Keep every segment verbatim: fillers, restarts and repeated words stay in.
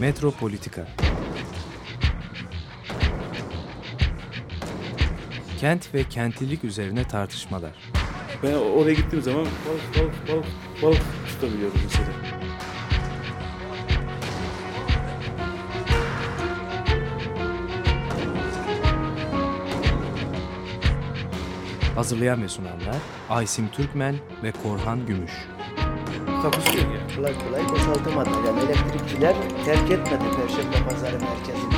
Metropolitika. Kent ve kentlilik üzerine tartışmalar. Ben oraya gittiğim zaman balık balık balık balık tutabiliyorum mesela. Hazırlayan ve sunanlar Aysim Türkmen ve Korhan Gümüş. Takusuyor ya. Kolay kolay boşaltamadı. Yani elektrikçiler terk etmedi Perşembe Pazarı merkezini.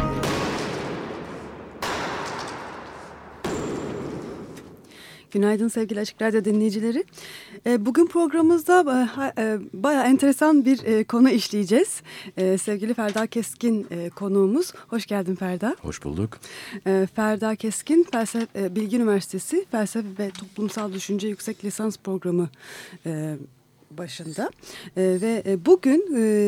Günaydın sevgili Açık Radyo dinleyicileri. Bugün programımızda bayağı enteresan bir konu işleyeceğiz. Sevgili Ferda Keskin konuğumuz. Hoş geldin Ferda. Hoş bulduk. Ferda Keskin, Felsefe, Bilgi Üniversitesi Felsefe ve Toplumsal Düşünce Yüksek Lisans Programı başında. Ve bugün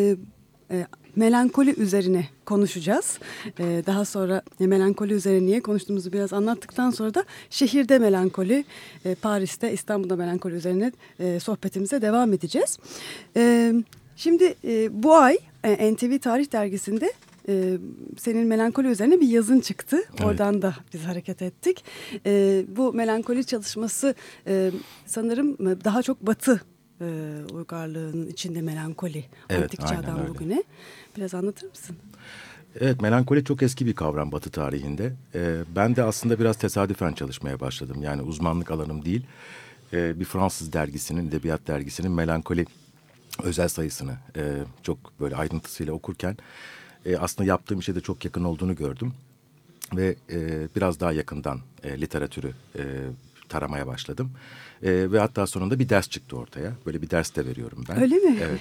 melankoli üzerine konuşacağız. Ee, daha sonra e, melankoli üzerine niye konuştuğumuzu biraz anlattıktan sonra da şehirde melankoli, e, Paris'te, İstanbul'da melankoli üzerine e, sohbetimize devam edeceğiz. E, şimdi e, bu ay e, N T V Tarih Dergisi'nde e, senin melankoli üzerine bir yazın çıktı. Evet. Oradan da biz hareket ettik. E, bu melankoli çalışması e, sanırım daha çok Batı e, uygarlığının içinde melankoli. Evet, antik çağdan öyle. Bugüne. Biraz anlatır mısın? Evet, melankoli çok eski bir kavram Batı tarihinde. Ee, ben de aslında biraz tesadüfen çalışmaya başladım. Yani uzmanlık alanım değil. Ee, bir Fransız dergisinin, edebiyat dergisinin melankoli özel sayısını e, çok böyle ayrıntısıyla okurken e, aslında yaptığım işe de çok yakın olduğunu gördüm. Ve e, biraz daha yakından e, literatürü e, taramaya başladım. E, ve hatta sonunda bir ders çıktı ortaya. Böyle bir ders de veriyorum ben. Öyle mi? Evet.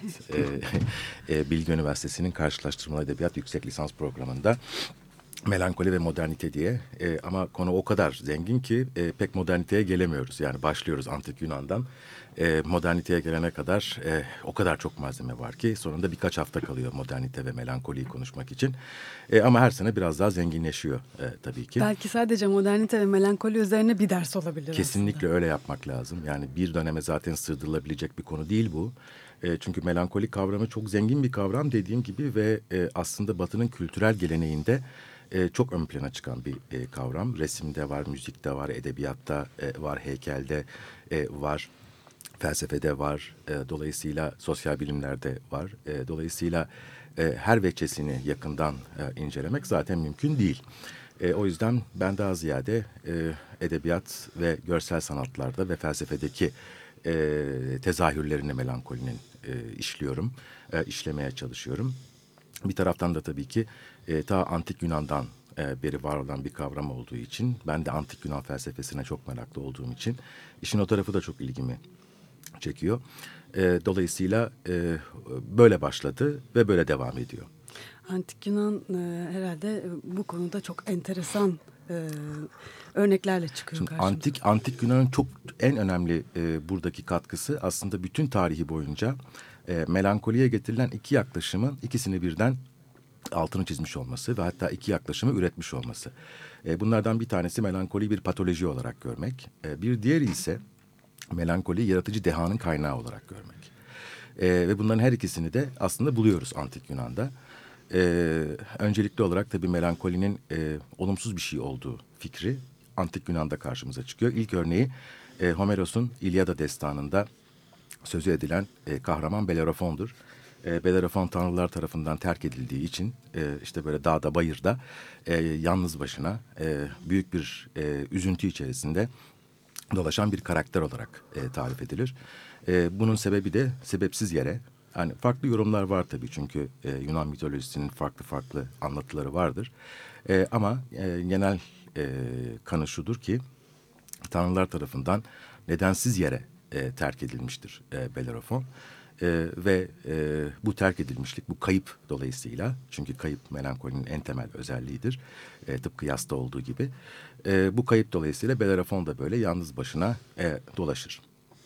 E, e, Bilgi Üniversitesi'nin Karşılaştırmalı Edebiyat Yüksek Lisans Programı'nda melankoli ve modernite diye. E, ama konu o kadar zengin ki e, pek moderniteye gelemiyoruz. Yani başlıyoruz Antik Yunan'dan. E, moderniteye gelene kadar e, o kadar çok malzeme var ki sonunda birkaç hafta kalıyor modernite ve melankoliyi konuşmak için. E, ama her sene biraz daha zenginleşiyor e, tabii ki. Belki sadece modernite ve melankoli üzerine bir ders olabilir. Kesinlikle aslında. öyle yapmak lazım. Yani bir döneme zaten sığdırılabilecek bir konu değil bu. E, çünkü melankoli kavramı çok zengin bir kavram dediğim gibi ve e, aslında Batı'nın kültürel geleneğinde e, çok ön plana çıkan bir e, kavram. Resimde var, müzikte var, edebiyatta e, var, heykelde e, var. Felsefede var, e, dolayısıyla sosyal bilimlerde var. E, dolayısıyla e, her veçesini yakından e, incelemek zaten mümkün değil. E, o yüzden ben daha ziyade e, edebiyat ve görsel sanatlarda ve felsefedeki e, tezahürlerini melankolinin e, işliyorum, e, işlemeye çalışıyorum. Bir taraftan da tabii ki e, ta Antik Yunan'dan e, beri var olan bir kavram olduğu için, ben de Antik Yunan felsefesine çok meraklı olduğum için işin o tarafı da çok ilgimi çekiyor. E, dolayısıyla e, böyle başladı ve böyle devam ediyor. Antik Yunan e, herhalde bu konuda çok enteresan e, örneklerle çıkıyor Şimdi karşımıza. Antik Antik Yunan'ın çok en önemli e, buradaki katkısı aslında bütün tarihi boyunca e, melankoliye getirilen iki yaklaşımın ikisini birden altını çizmiş olması ve hatta iki yaklaşımı üretmiş olması. E, bunlardan bir tanesi melankoliyi bir patoloji olarak görmek. E, bir diğeri ise melankoli yaratıcı dehanın kaynağı olarak görmek. E, ve bunların her ikisini de aslında buluyoruz Antik Yunan'da. E, öncelikli olarak tabii melankolinin e, olumsuz bir şey olduğu fikri Antik Yunan'da karşımıza çıkıyor. İlk örneği e, Homeros'un İlyada destanında sözü edilen e, kahraman Bellerofon'dur. E, Bellerofon tanrılar tarafından terk edildiği için e, işte böyle dağda bayırda e, yalnız başına e, büyük bir e, üzüntü içerisinde dolaşan bir karakter olarak e, tarif edilir. E, bunun sebebi de sebepsiz yere, hani farklı yorumlar var tabii çünkü e, Yunan mitolojisinin farklı farklı anlatıları vardır. E, ama e, genel e, kanı şudur ki tanrılar tarafından nedensiz yere e, terk edilmiştir e, Bellerofon. E, ve e, bu terk edilmişlik, bu kayıp dolayısıyla, çünkü kayıp melankolinin en temel özelliğidir. E, tıpkı yasta olduğu gibi. E, bu kayıp dolayısıyla Bellerofon da böyle yalnız başına e, dolaşır.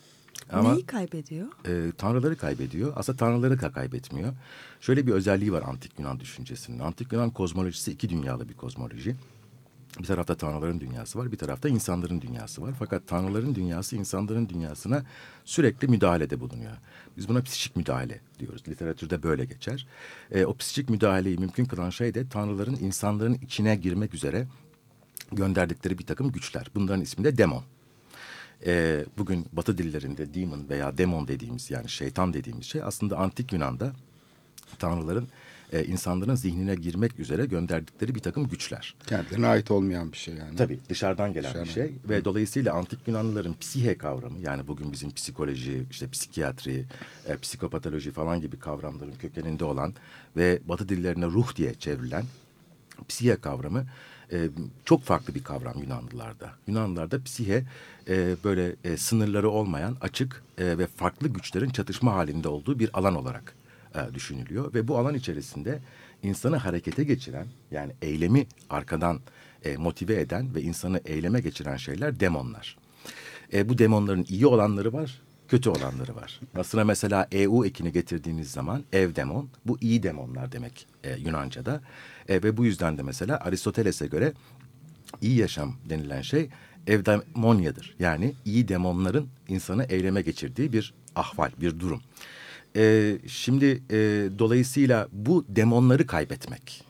Ama, Neyi kaybediyor? E, tanrıları kaybediyor. Aslında tanrıları da kaybetmiyor. Şöyle bir özelliği var Antik Yunan düşüncesinin. Antik Yunan kozmolojisi iki dünyalı bir kozmoloji. Bir tarafta tanrıların dünyası var, bir tarafta insanların dünyası var. Fakat tanrıların dünyası insanların dünyasına sürekli müdahalede bulunuyor. Biz buna psikik müdahale diyoruz. Literatürde böyle geçer. E, o psikik müdahaleyi mümkün kılan şey de tanrıların insanların içine girmek üzere gönderdikleri bir takım güçler. Bunların ismi de demon. E, bugün Batı dillerinde demon veya demon dediğimiz, yani şeytan dediğimiz şey aslında antik Yunan'da tanrıların e, insanların zihnine girmek üzere gönderdikleri bir takım güçler. Kendilerine ait olmayan bir şey yani. Tabii dışarıdan gelen Dışarıdan. bir şey ve dolayısıyla antik Yunanlıların psihe kavramı, yani bugün bizim psikoloji, işte psikiyatri, e, psikopatoloji falan gibi kavramların kökeninde olan ve Batı dillerine ruh diye çevrilen psihe kavramı e, çok farklı bir kavram Yunanlılarda. Yunanlılarda psihe e, böyle e, sınırları olmayan açık e, ve farklı güçlerin çatışma halinde olduğu bir alan olarak e, düşünülüyor ve bu alan içerisinde insanı harekete geçiren, yani eylemi arkadan e, motive eden ve insanı eyleme geçiren şeyler demonlar. E, bu demonların iyi olanları var, kötü olanları var. Aslında mesela eu ekini getirdiğiniz zaman ev demon, bu iyi demonlar demek e, Yunanca'da. E, ve bu yüzden de mesela Aristoteles'e göre iyi yaşam denilen şey evdemonyadır. Yani iyi demonların insanı eyleme geçirdiği bir ahval, bir durum. E, şimdi e, dolayısıyla bu demonları kaybetmek.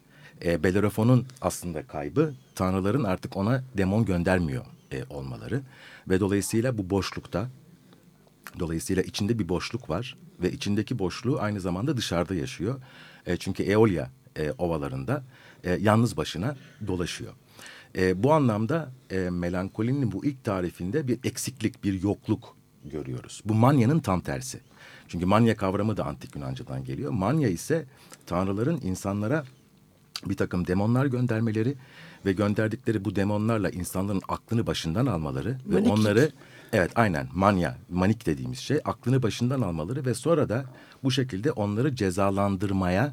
E, Bellerofon'un aslında kaybı tanrıların artık ona demon göndermiyor e, olmaları. Ve dolayısıyla bu boşlukta, dolayısıyla içinde bir boşluk var ve içindeki boşluğu aynı zamanda dışarıda yaşıyor. E, çünkü Eolia e, ovalarında e, yalnız başına dolaşıyor. E, bu anlamda e, melankolinin bu ilk tarifinde bir eksiklik, bir yokluk görüyoruz. Bu manyanın tam tersi. Çünkü manya kavramı da antik Yunanca'dan geliyor. Manya ise tanrıların insanlara bir takım demonlar göndermeleri ve gönderdikleri bu demonlarla insanların aklını başından almaları ve Maniklik. onları, evet aynen manya, manik dediğimiz şey, aklını başından almaları ve sonra da bu şekilde onları cezalandırmaya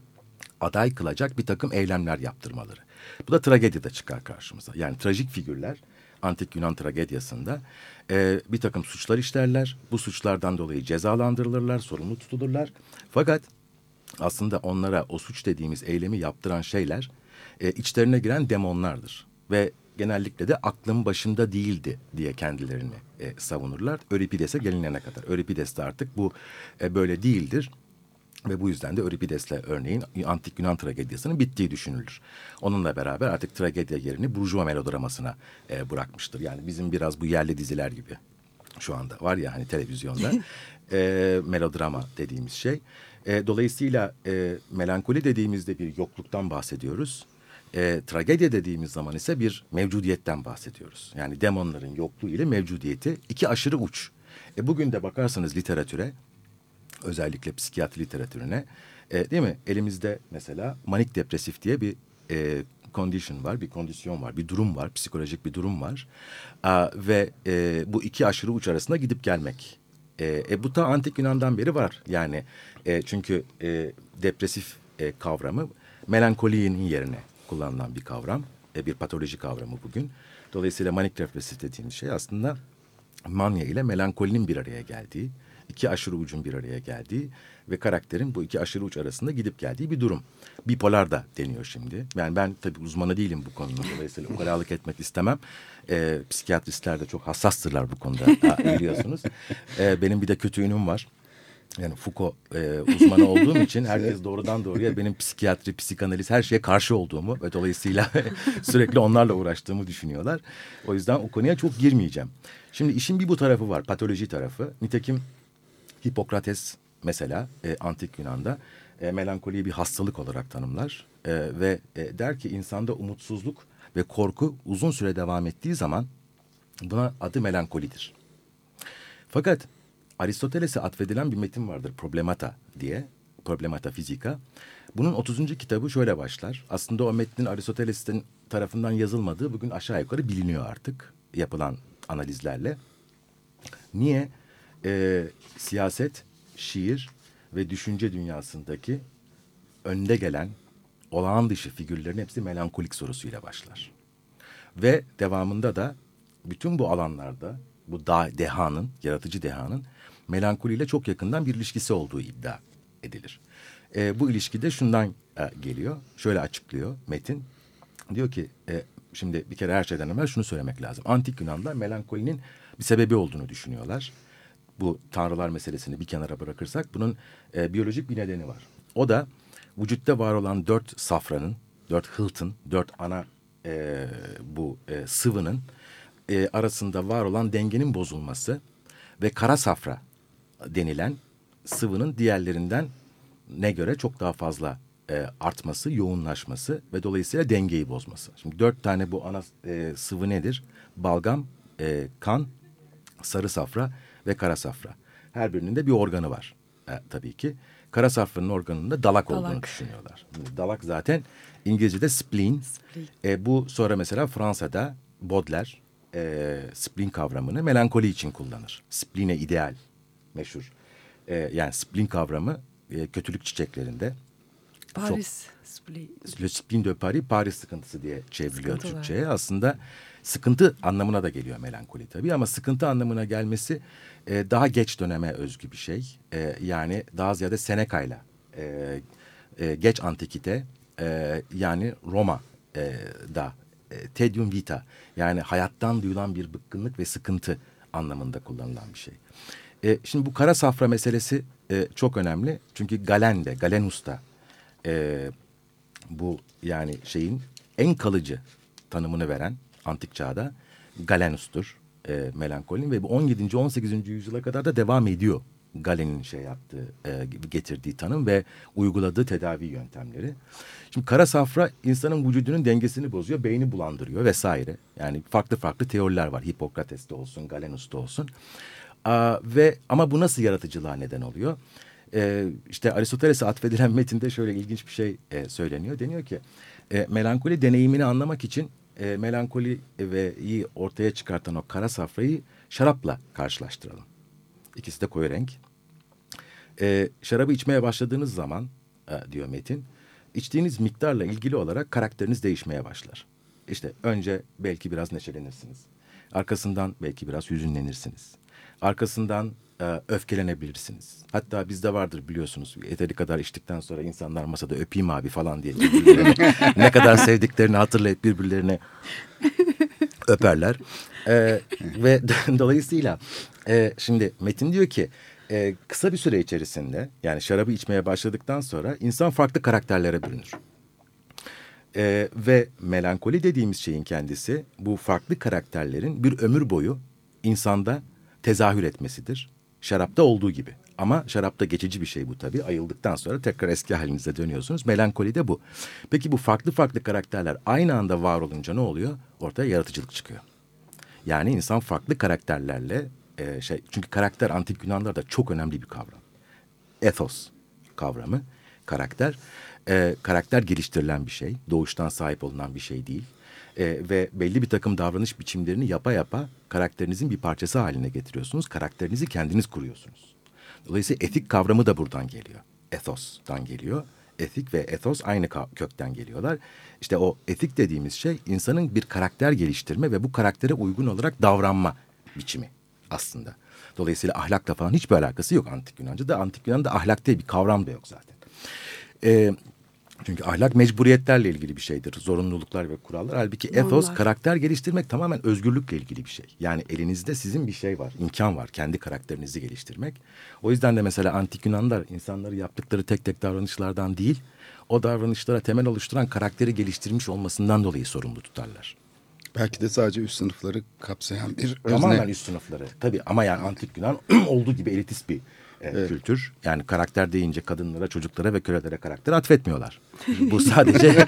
aday kılacak bir takım eylemler yaptırmaları. Bu da tragedide çıkar karşımıza. Yani trajik figürler antik Yunan tragedyasında e, bir takım suçlar işlerler. Bu suçlardan dolayı cezalandırılırlar, sorumlu tutulurlar. Fakat aslında onlara o suç dediğimiz eylemi yaptıran şeyler e, içlerine giren demonlardır. Ve genellikle de aklın başında değildi diye kendilerini e, savunurlar. Euripides'e gelinene kadar. Euripides de artık bu e, böyle değildir. Ve bu yüzden de Euripides'le örneğin antik Yunan tragedyasının bittiği düşünülür. Onunla beraber artık tragedya yerini burjuva melodramasına e, bırakmıştır. Yani bizim biraz bu yerli diziler gibi şu anda var ya hani televizyonda e, melodrama dediğimiz şey. E, dolayısıyla e, melankoli dediğimizde bir yokluktan bahsediyoruz. E, tragedya dediğimiz zaman ise bir mevcudiyetten bahsediyoruz. Yani demonların yokluğu ile mevcudiyeti iki aşırı uç. E, bugün de bakarsanız literatüre, özellikle psikiyatri literatürüne, e, değil mi? Elimizde mesela manik depresif diye bir e, condition var, bir kondisyon var, bir durum var, psikolojik bir durum var. A, ve e, bu iki aşırı uç arasında gidip gelmek. E, e, bu da antik Yunan'dan beri var. Yani e, çünkü e, depresif e, kavramı melankolinin yerine kullanılan bir kavram, e, bir patoloji kavramı bugün. Dolayısıyla manik depresif dediğimiz şey aslında manya ile melankolinin bir araya geldiği, iki aşırı ucun bir araya geldiği ve karakterin bu iki aşırı uç arasında gidip geldiği bir durum. Bipolar da deniyor şimdi. Yani ben tabii uzmanı değilim bu konunun. Dolayısıyla ukalalık etmek istemem. Ee, psikiyatristler de çok hassastırlar bu konuda biliyorsunuz. Ee, benim bir de kötü yönüm var. Yani Foucault e, uzmanı olduğum için herkes doğrudan doğruya benim psikiyatri, psikanaliz her şeye karşı olduğumu ve dolayısıyla sürekli onlarla uğraştığımı düşünüyorlar. O yüzden o konuya çok girmeyeceğim. Şimdi işin bir bu tarafı var, patoloji tarafı. Nitekim Hipokrates mesela e, antik Yunan'da e, melankoliyi bir hastalık olarak tanımlar e, ve e, der ki insanda umutsuzluk ve korku uzun süre devam ettiği zaman buna adı melankolidir. Fakat Aristoteles'e atfedilen bir metin vardır, Problemata diye, Problemata Fizika. Bunun otuzuncu kitabı şöyle başlar. Aslında o metnin Aristoteles'in tarafından yazılmadığı bugün aşağı yukarı biliniyor artık yapılan analizlerle. Niye? Ee, siyaset, şiir ve düşünce dünyasındaki önde gelen olağan dışı figürlerin hepsi melankolik sorusuyla başlar. Ve devamında da bütün bu alanlarda bu da, dehanın, yaratıcı dehanın melankoliyle çok yakından bir ilişkisi olduğu iddia edilir. Ee, bu ilişki de şundan e, geliyor, şöyle açıklıyor metin. Diyor ki e, şimdi bir kere her şeyden evvel şunu söylemek lazım. Antik Yunanlar melankolinin bir sebebi olduğunu düşünüyorlar. Bu tanrılar meselesini bir kenara bırakırsak bunun e, biyolojik bir nedeni var. O da vücutta var olan dört safranın, dört hıltın, dört ana e, bu e, sıvının e, arasında var olan dengenin bozulması ve kara safra denilen sıvının diğerlerinden ne göre çok daha fazla e, artması, yoğunlaşması ve dolayısıyla dengeyi bozması. Şimdi dört tane bu ana e, sıvı nedir? Balgam, e, kan, sarı safra ve kara safra. Her birinin de bir organı var e, tabii ki. Kara safranın organının da dalak, Dalak. olduğunu düşünüyorlar. Şimdi dalak zaten İngilizce'de spleen. Spleen. E, bu sonra mesela Fransa'da Baudelaire e, spleen kavramını melankoli için kullanır. Spleene ideal meşhur. E, yani spleen kavramı e, kötülük çiçeklerinde. Paris Spleen. Le spleen de Paris, Paris sıkıntısı diye çevriliyor Sıkıntı var. Türkçe'ye. Aslında sıkıntı anlamına da geliyor melankoli tabii ama sıkıntı anlamına gelmesi e, daha geç döneme özgü bir şey. E, yani daha ziyade Seneca'yla e, e, geç antikite e, yani Roma'da e, tedium vita yani hayattan duyulan bir bıkkınlık ve sıkıntı anlamında kullanılan bir şey. E, şimdi bu kara safra meselesi e, çok önemli. Çünkü Galen de, Galenus da e, bu yani şeyin en kalıcı tanımını veren antik çağda Galenus'tur e, melankolinin ve bu on yedinci on sekizinci yüzyıla kadar da devam ediyor. Galen'in şey yaptığı, e, getirdiği tanım ve uyguladığı tedavi yöntemleri. Şimdi kara safra insanın vücudunun dengesini bozuyor, beyni bulandırıyor vesaire. Yani farklı farklı teoriler var. Hipokrates'te olsun, Galenus'ta olsun. Aa, ve ama bu nasıl yaratıcılığa neden oluyor? Ee, işte Aristoteles'e atfedilen metinde şöyle ilginç bir şey e, söyleniyor. Deniyor ki e, melankoli deneyimini anlamak için e, melankoli ve iyi ortaya çıkartan o kara safrayı şarapla karşılaştıralım. İkisi de koyu renk. E, şarabı içmeye başladığınız zaman e, diyor metin, içtiğiniz miktarla ilgili olarak karakteriniz değişmeye başlar. İşte önce belki biraz neşelenirsiniz. Arkasından belki biraz hüzünlenirsiniz. Arkasından e, öfkelenebilirsiniz. Hatta bizde vardır biliyorsunuz. Yeteri kadar içtikten sonra insanlar masada öpeyim abi falan diye birbirlerine ne kadar sevdiklerini hatırlayıp birbirlerine öperler. E, ve dolayısıyla e, şimdi Metin diyor ki e, kısa bir süre içerisinde yani şarabı içmeye başladıktan sonra insan farklı karakterlere bürünür. E, ve melankoli dediğimiz şeyin kendisi bu farklı karakterlerin bir ömür boyu insanda tezahür etmesidir. Şarapta olduğu gibi. Ama şarapta geçici bir şey bu tabii. Ayıldıktan sonra tekrar eski halinize dönüyorsunuz. Melankoli de bu. Peki bu farklı farklı karakterler aynı anda var olunca ne oluyor? Ortaya yaratıcılık çıkıyor. Yani insan farklı karakterlerle e, şey çünkü karakter antik Yunanlarda çok önemli bir kavram. Ethos kavramı, karakter. E, karakter geliştirilen bir şey. Doğuştan sahip olunan bir şey değil. Ee, ve belli bir takım davranış biçimlerini yapa yapa karakterinizin bir parçası haline getiriyorsunuz. Karakterinizi kendiniz kuruyorsunuz. Dolayısıyla etik kavramı da buradan geliyor. Ethos'tan geliyor. Etik ve ethos aynı kökten geliyorlar. İşte o etik dediğimiz şey insanın bir karakter geliştirme ve bu karaktere uygun olarak davranma biçimi aslında. Dolayısıyla ahlakla falan hiçbir alakası yok Antik Yunanca'da. Antik Yunan'da ahlak diye bir kavram da yok zaten. Ee, Çünkü ahlak mecburiyetlerle ilgili bir şeydir. Zorunluluklar ve kurallar. Halbuki ethos, karakter geliştirmek tamamen özgürlükle ilgili bir şey. Yani elinizde sizin bir şey var, imkan var kendi karakterinizi geliştirmek. O yüzden de mesela antik Yunanlar insanları yaptıkları tek tek davranışlardan değil, o davranışlara temel oluşturan karakteri geliştirmiş olmasından dolayı sorumlu tutarlar. Belki de sadece üst sınıfları kapsayan bir özne. Tamamen üst sınıfları tabii ama yani antik Yunan olduğu gibi elitist bir e, evet. kültür. Yani karakter deyince kadınlara, çocuklara ve kölelere karakter atfetmiyorlar. Bu sadece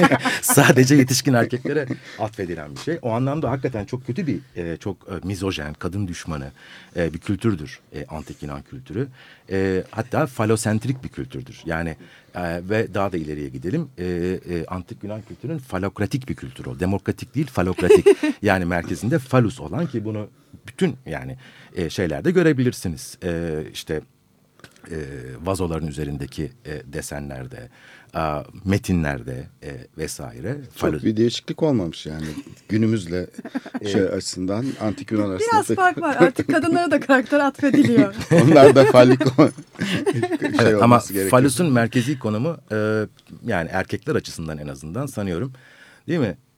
sadece yetişkin erkeklere atfedilen bir şey. O anlamda hakikaten çok kötü bir, e, çok e, mizojen, kadın düşmanı e, bir kültürdür e, antik Yunan kültürü. E, hatta falosentrik bir kültürdür. Yani e, ve daha da ileriye gidelim. E, e, antik Yunan kültürünün falokratik bir kültür o. Demokratik değil, falokratik. Yani merkezinde falus olan ki bunu bütün yani e, şeylerde görebilirsiniz. E, işte e, vazoların üzerindeki e, desenlerde, a, metinlerde e, vesaire. Çok Falus. bir değişiklik olmamış yani günümüzle şey açısından antik Yunan arasında. Biraz fark var. Artık kadınlara da karakter atfediliyor. Onlar da fallik şey evet, ama gerekiyor. falusun merkezi konumu e, yani erkekler açısından en azından sanıyorum değil mi?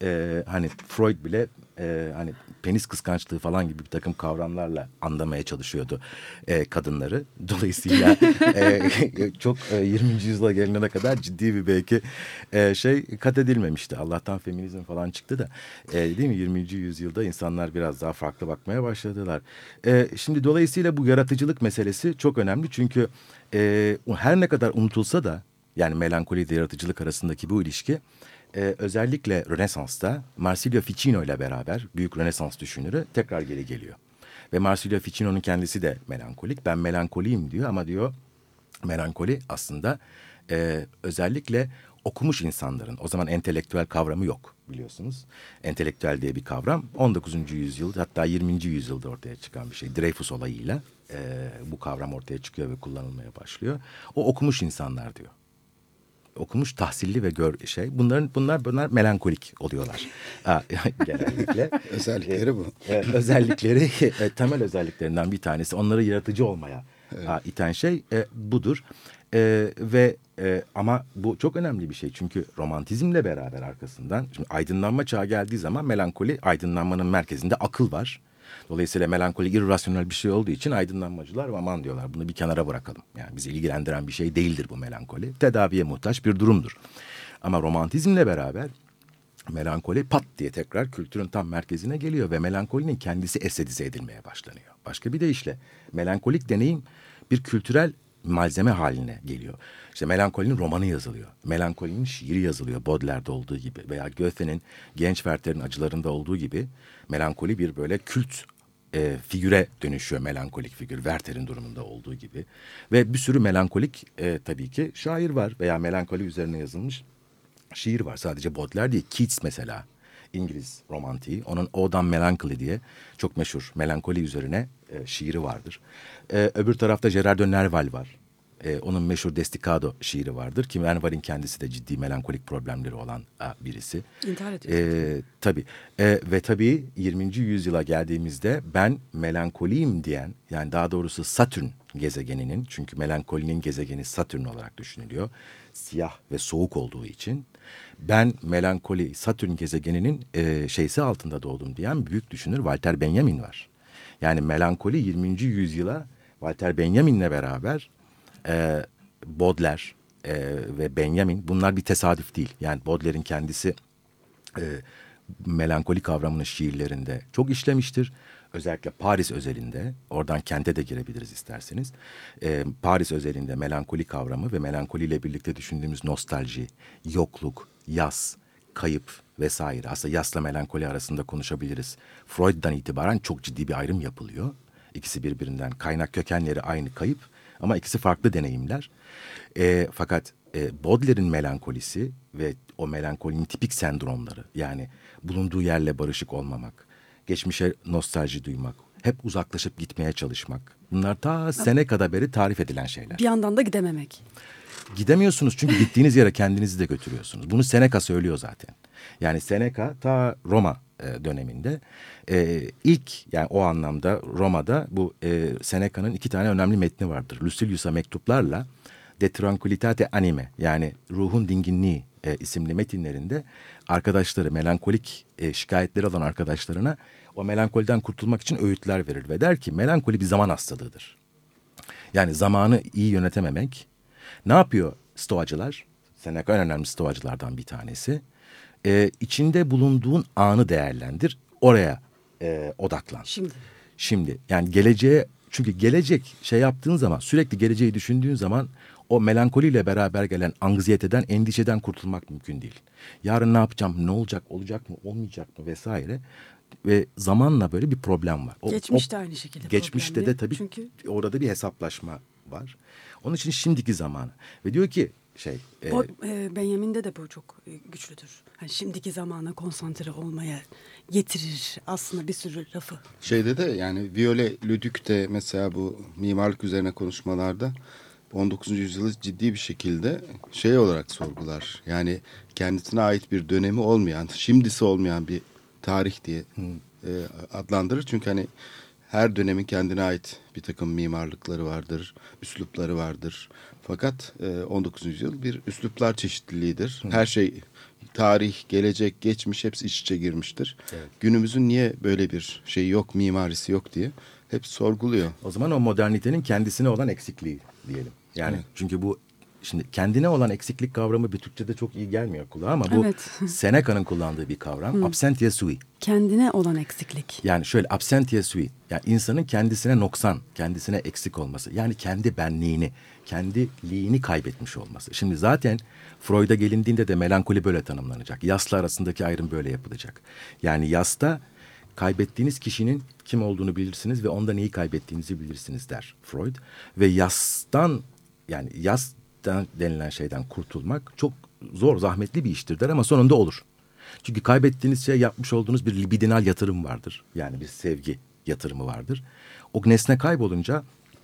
e, hani Freud bile e, hani penis kıskançlığı falan gibi bir takım kavramlarla anlamaya çalışıyordu e, kadınları. Dolayısıyla e, çok e, yirminci yüzyıla gelene kadar ciddi bir belki e, şey kat edilmemişti. Allah'tan feminizm falan çıktı da e, değil mi? yirminci yüzyılda insanlar biraz daha farklı bakmaya başladılar. E, şimdi dolayısıyla bu yaratıcılık meselesi çok önemli. Çünkü e, her ne kadar unutulsa da yani melankoli ile yaratıcılık arasındaki bu ilişki Ee, özellikle Rönesans'ta Marsilio Ficino ile beraber büyük Rönesans düşünürü tekrar geri geliyor. Ve Marsilio Ficino'nun kendisi de melankolik. Ben melankoliyim diyor ama diyor melankoli aslında e, özellikle okumuş insanların, o zaman entelektüel kavramı yok biliyorsunuz. Entelektüel diye bir kavram on dokuzuncu yüzyıl hatta yirminci yüzyılda ortaya çıkan bir şey. Dreyfus olayıyla e, bu kavram ortaya çıkıyor ve kullanılmaya başlıyor. O okumuş insanlar diyor. Okumuş, tahsilli ve gör şey. Bunların bunlar bunlar melankolik oluyorlar. Ha, genellikle. Özellikleri bu. E, özellikleri e, temel özelliklerinden bir tanesi. Onları yaratıcı olmaya evet. ha, iten şey e, budur. E, ve e, ama bu çok önemli bir şey. Çünkü romantizmle beraber arkasından şimdi aydınlanma çağı geldiği zaman melankoli aydınlanmanın merkezinde akıl var. Dolayısıyla melankoli irrasyonel bir şey olduğu için aydınlanmacılar aman diyorlar bunu bir kenara bırakalım. Yani bizi ilgilendiren bir şey değildir bu melankoli. Tedaviye muhtaç bir durumdur. Ama romantizmle beraber melankoli pat diye tekrar kültürün tam merkezine geliyor ve melankolinin kendisi estetize edilmeye başlanıyor. Başka bir deyişle melankolik deneyim bir kültürel malzeme haline geliyor. İşte melankolinin romanı yazılıyor. Melankolinin şiiri yazılıyor Baudelaire'de olduğu gibi veya Goethe'nin Genç Werther'in acılarında olduğu gibi melankoli bir böyle kült e, figüre dönüşüyor, melankolik figür Werther'in durumunda olduğu gibi. Ve bir sürü melankolik e, tabii ki şair var veya melankoli üzerine yazılmış şiir var. Sadece Baudelaire değil, Keats mesela İngiliz romantiği. Onun Ode on Melancholy diye çok meşhur melankoli üzerine e, şiiri vardır. E, öbür tarafta Gerard de Nerval var. E, onun meşhur Desticado şiiri vardır. Ki Nerval'in kendisi de ciddi melankolik problemleri olan a, birisi. İntihar ediyor. E, tabii. E, ve tabii yirminci yüzyıla geldiğimizde ben melankoliyim diyen, yani daha doğrusu Satürn gezegeninin, çünkü melankolinin gezegeni Satürn olarak düşünülüyor. Siyah ve soğuk olduğu için. Ben melankoli Satürn gezegeninin e, şeysi altında doğdum diyen büyük düşünür Walter Benjamin var. Yani melankoli yirminci yüzyıla Walter Benjamin'le beraber e, Baudelaire e, ve Benjamin, bunlar bir tesadüf değil. Yani Baudelaire'in kendisi e, melankoli kavramını şiirlerinde çok işlemiştir. Özellikle Paris özelinde, oradan kente de girebiliriz isterseniz. Ee, Paris özelinde melankoli kavramı ve melankoliyle birlikte düşündüğümüz nostalji, yokluk, yas, kayıp vesaire. Aslında yasla melankoli arasında konuşabiliriz. Freud'dan itibaren çok ciddi bir ayrım yapılıyor. İkisi birbirinden, kaynak kökenleri aynı, kayıp ama ikisi farklı deneyimler. Ee, fakat e, Baudelaire'in melankolisi ve o melankolinin tipik sendromları, yani bulunduğu yerle barışık olmamak, geçmişe nostalji duymak, hep uzaklaşıp gitmeye çalışmak. Bunlar ta Seneca'da beri tarif edilen şeyler. Bir yandan da gidememek. Gidemiyorsunuz çünkü gittiğiniz yere kendinizi de götürüyorsunuz. Bunu Seneca söylüyor zaten. Yani Seneca ta Roma e, döneminde e, ilk, yani o anlamda Roma'da bu e, Seneca'nın iki tane önemli metni vardır. Lucilius'a mektuplarla De Tranquilitate Anime, yani ruhun dinginliği e, isimli metinlerinde arkadaşları, melankolik e, şikayetleri olan arkadaşlarına o melankoliden kurtulmak için öğütler verir ve der ki melankoli bir zaman hastalığıdır. Yani zamanı iyi yönetememek. Ne yapıyor Stoacılar? Seneca en önemli Stoacılardan bir tanesi. E, içinde bulunduğun anı değerlendir, oraya e, odaklan. Şimdi. Şimdi yani geleceğe, çünkü gelecek şey yaptığın zaman, sürekli geleceği düşündüğün zaman o melankoliyle beraber gelen anksiyeteden, endişeden kurtulmak mümkün değil. Yarın ne yapacağım, ne olacak, olacak mı, olmayacak mı vesaire. Ve zamanla böyle bir problem var. O, Geçmişte o, aynı şekilde. Geçmişte problemli. de tabii Çünkü orada bir hesaplaşma var. Onun için şimdiki zamanı. Ve diyor ki şey... O, e, e, Benjamin'de de bu çok e, güçlüdür. Yani şimdiki zamana konsantre olmaya getirir aslında bir sürü lafı. Şeyde de yani Viollet le Duc de mesela bu mimarlık üzerine konuşmalarda on dokuzuncu yüzyılı ciddi bir şekilde şey olarak sorgular. Yani kendisine ait bir dönemi olmayan, şimdisi olmayan bir tarih diye e, adlandırır. Çünkü hani her dönemin kendine ait bir takım mimarlıkları vardır, üslupları vardır. Fakat e, on dokuzuncu yüzyıl bir üsluplar çeşitliliğidir. Hı. Her şey tarih, gelecek, geçmiş hepsi iç içe girmiştir. Evet. Günümüzün niye böyle bir şey yok, mimarisi yok diye hep sorguluyor. O zaman o modernitenin kendisine olan eksikliği diyelim. Yani Evet. çünkü bu şimdi kendine olan eksiklik kavramı bir Türkçe'de çok iyi gelmiyor kulağa ama bu Evet. Seneca'nın kullandığı bir kavram. Absentia sui. Kendine olan eksiklik. Yani şöyle absentia sui. Yani insanın kendisine noksan, kendisine eksik olması. Yani kendi benliğini, kendiliğini kaybetmiş olması. Şimdi zaten Freud'a gelindiğinde de melankoli böyle tanımlanacak. Yasla arasındaki ayrım böyle yapılacak. Yani yasta kaybettiğiniz kişinin kim olduğunu bilirsiniz ve onda neyi kaybettiğinizi bilirsiniz der Freud. Ve yastan yani yas denilen şeyden kurtulmak çok zor, zahmetli bir iştir der ama sonunda olur. Çünkü kaybettiğiniz şey yapmış olduğunuz bir libidinal yatırım vardır. Yani bir sevgi yatırımı vardır. O nesne kaybolunca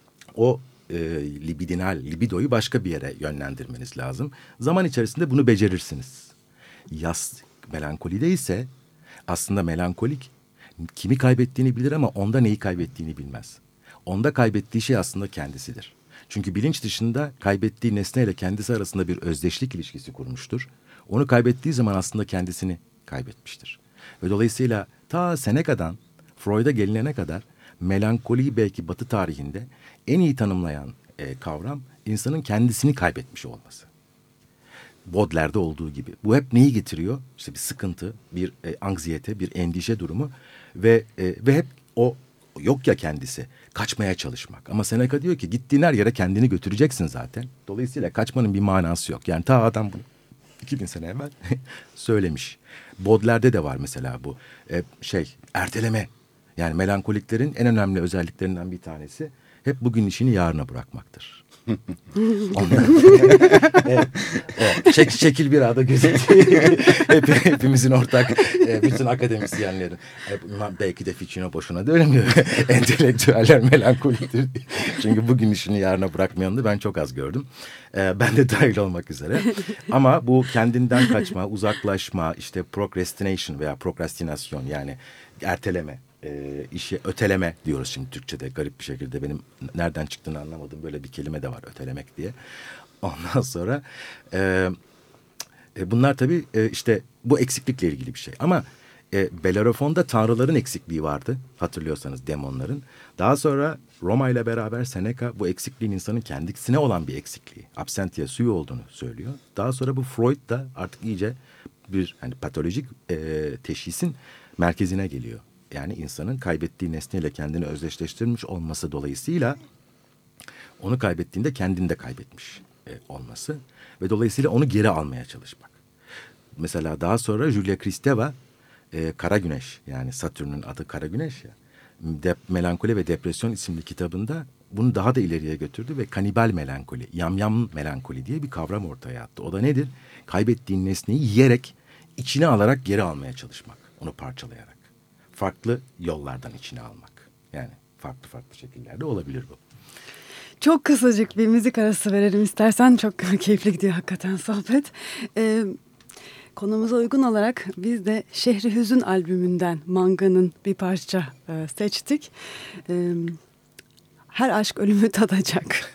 o e, libidinal, libidoyu başka bir yere yönlendirmeniz lazım. Zaman içerisinde bunu becerirsiniz. Yas melankolide ise aslında melankolik kimi kaybettiğini bilir ama onda neyi kaybettiğini bilmez. Onda kaybettiği şey aslında kendisidir. Çünkü bilinç dışında kaybettiği nesneyle kendisi arasında bir özdeşlik ilişkisi kurmuştur. Onu kaybettiği zaman aslında kendisini kaybetmiştir. Ve dolayısıyla ta Seneca'dan Freud'a gelinene kadar melankoliyi belki Batı tarihinde en iyi tanımlayan e, kavram insanın kendisini kaybetmiş olması. Baudelaire'de olduğu gibi. Bu hep neyi getiriyor? İşte bir sıkıntı, bir e, anksiyete, bir endişe durumu ve e, ve hep o yok ya kendisi. Kaçmaya çalışmak. Ama Seneca diyor ki gittiğin her yere kendini götüreceksin zaten. Dolayısıyla kaçmanın bir manası yok. Yani ta adam bunu iki bin sene evvel söylemiş. Baudelaire'de de var mesela bu ee, şey erteleme. Yani melankoliklerin en önemli özelliklerinden bir tanesi hep bugün işini yarına bırakmaktır. Onlar, evet, evet. Şek, şekil bir ağda gözetiyor. Hep, hepimizin ortak, bütün akademisyenlerin. Belki de Ficino boşuna da öyle mi? Entelektüeller melankoliktir. Çünkü bugün işini yarına bırakmayanı ben çok az gördüm. Ben de dahil olmak üzere. Ama bu kendinden kaçma, uzaklaşma, işte procrastination veya prokrastinasyon yani erteleme. E, işi öteleme diyoruz şimdi Türkçe'de garip bir şekilde benim nereden çıktığını anlamadığım böyle bir kelime de var ötelemek diye. Ondan sonra e, e, bunlar tabii e, işte bu eksiklikle ilgili bir şey ama e, Bellerofon'da tanrıların eksikliği vardı hatırlıyorsanız demonların. Daha sonra Roma ile beraber Seneca bu eksikliğin insanın kendisine olan bir eksikliği absentia sui olduğunu söylüyor. Daha sonra bu Freud da artık iyice bir hani patolojik e, teşhisin merkezine geliyor. Yani insanın kaybettiği nesneyle kendini özdeşleştirmiş olması dolayısıyla onu kaybettiğinde kendini de kaybetmiş e, olması ve dolayısıyla onu geri almaya çalışmak. Mesela daha sonra Julia Kristeva e, Kara Güneş yani Satürn'ün adı Kara Güneş ya de, Melankoli ve Depresyon isimli kitabında bunu daha da ileriye götürdü ve kanibal melankoli, yamyam melankoli diye bir kavram ortaya attı. O da nedir? Kaybettiğin nesneyi yiyerek içine alarak geri almaya çalışmak, onu parçalayarak. Farklı yollardan içine almak. Yani farklı farklı şekillerde olabilir bu. Çok kısacık bir müzik arası verelim istersen. Çok keyifli gidiyor hakikaten sohbet. Ee, konumuza uygun olarak biz de Şehri Hüzün albümünden Manga'nın bir parça e, seçtik. Ee, her aşk ölümü tadacak.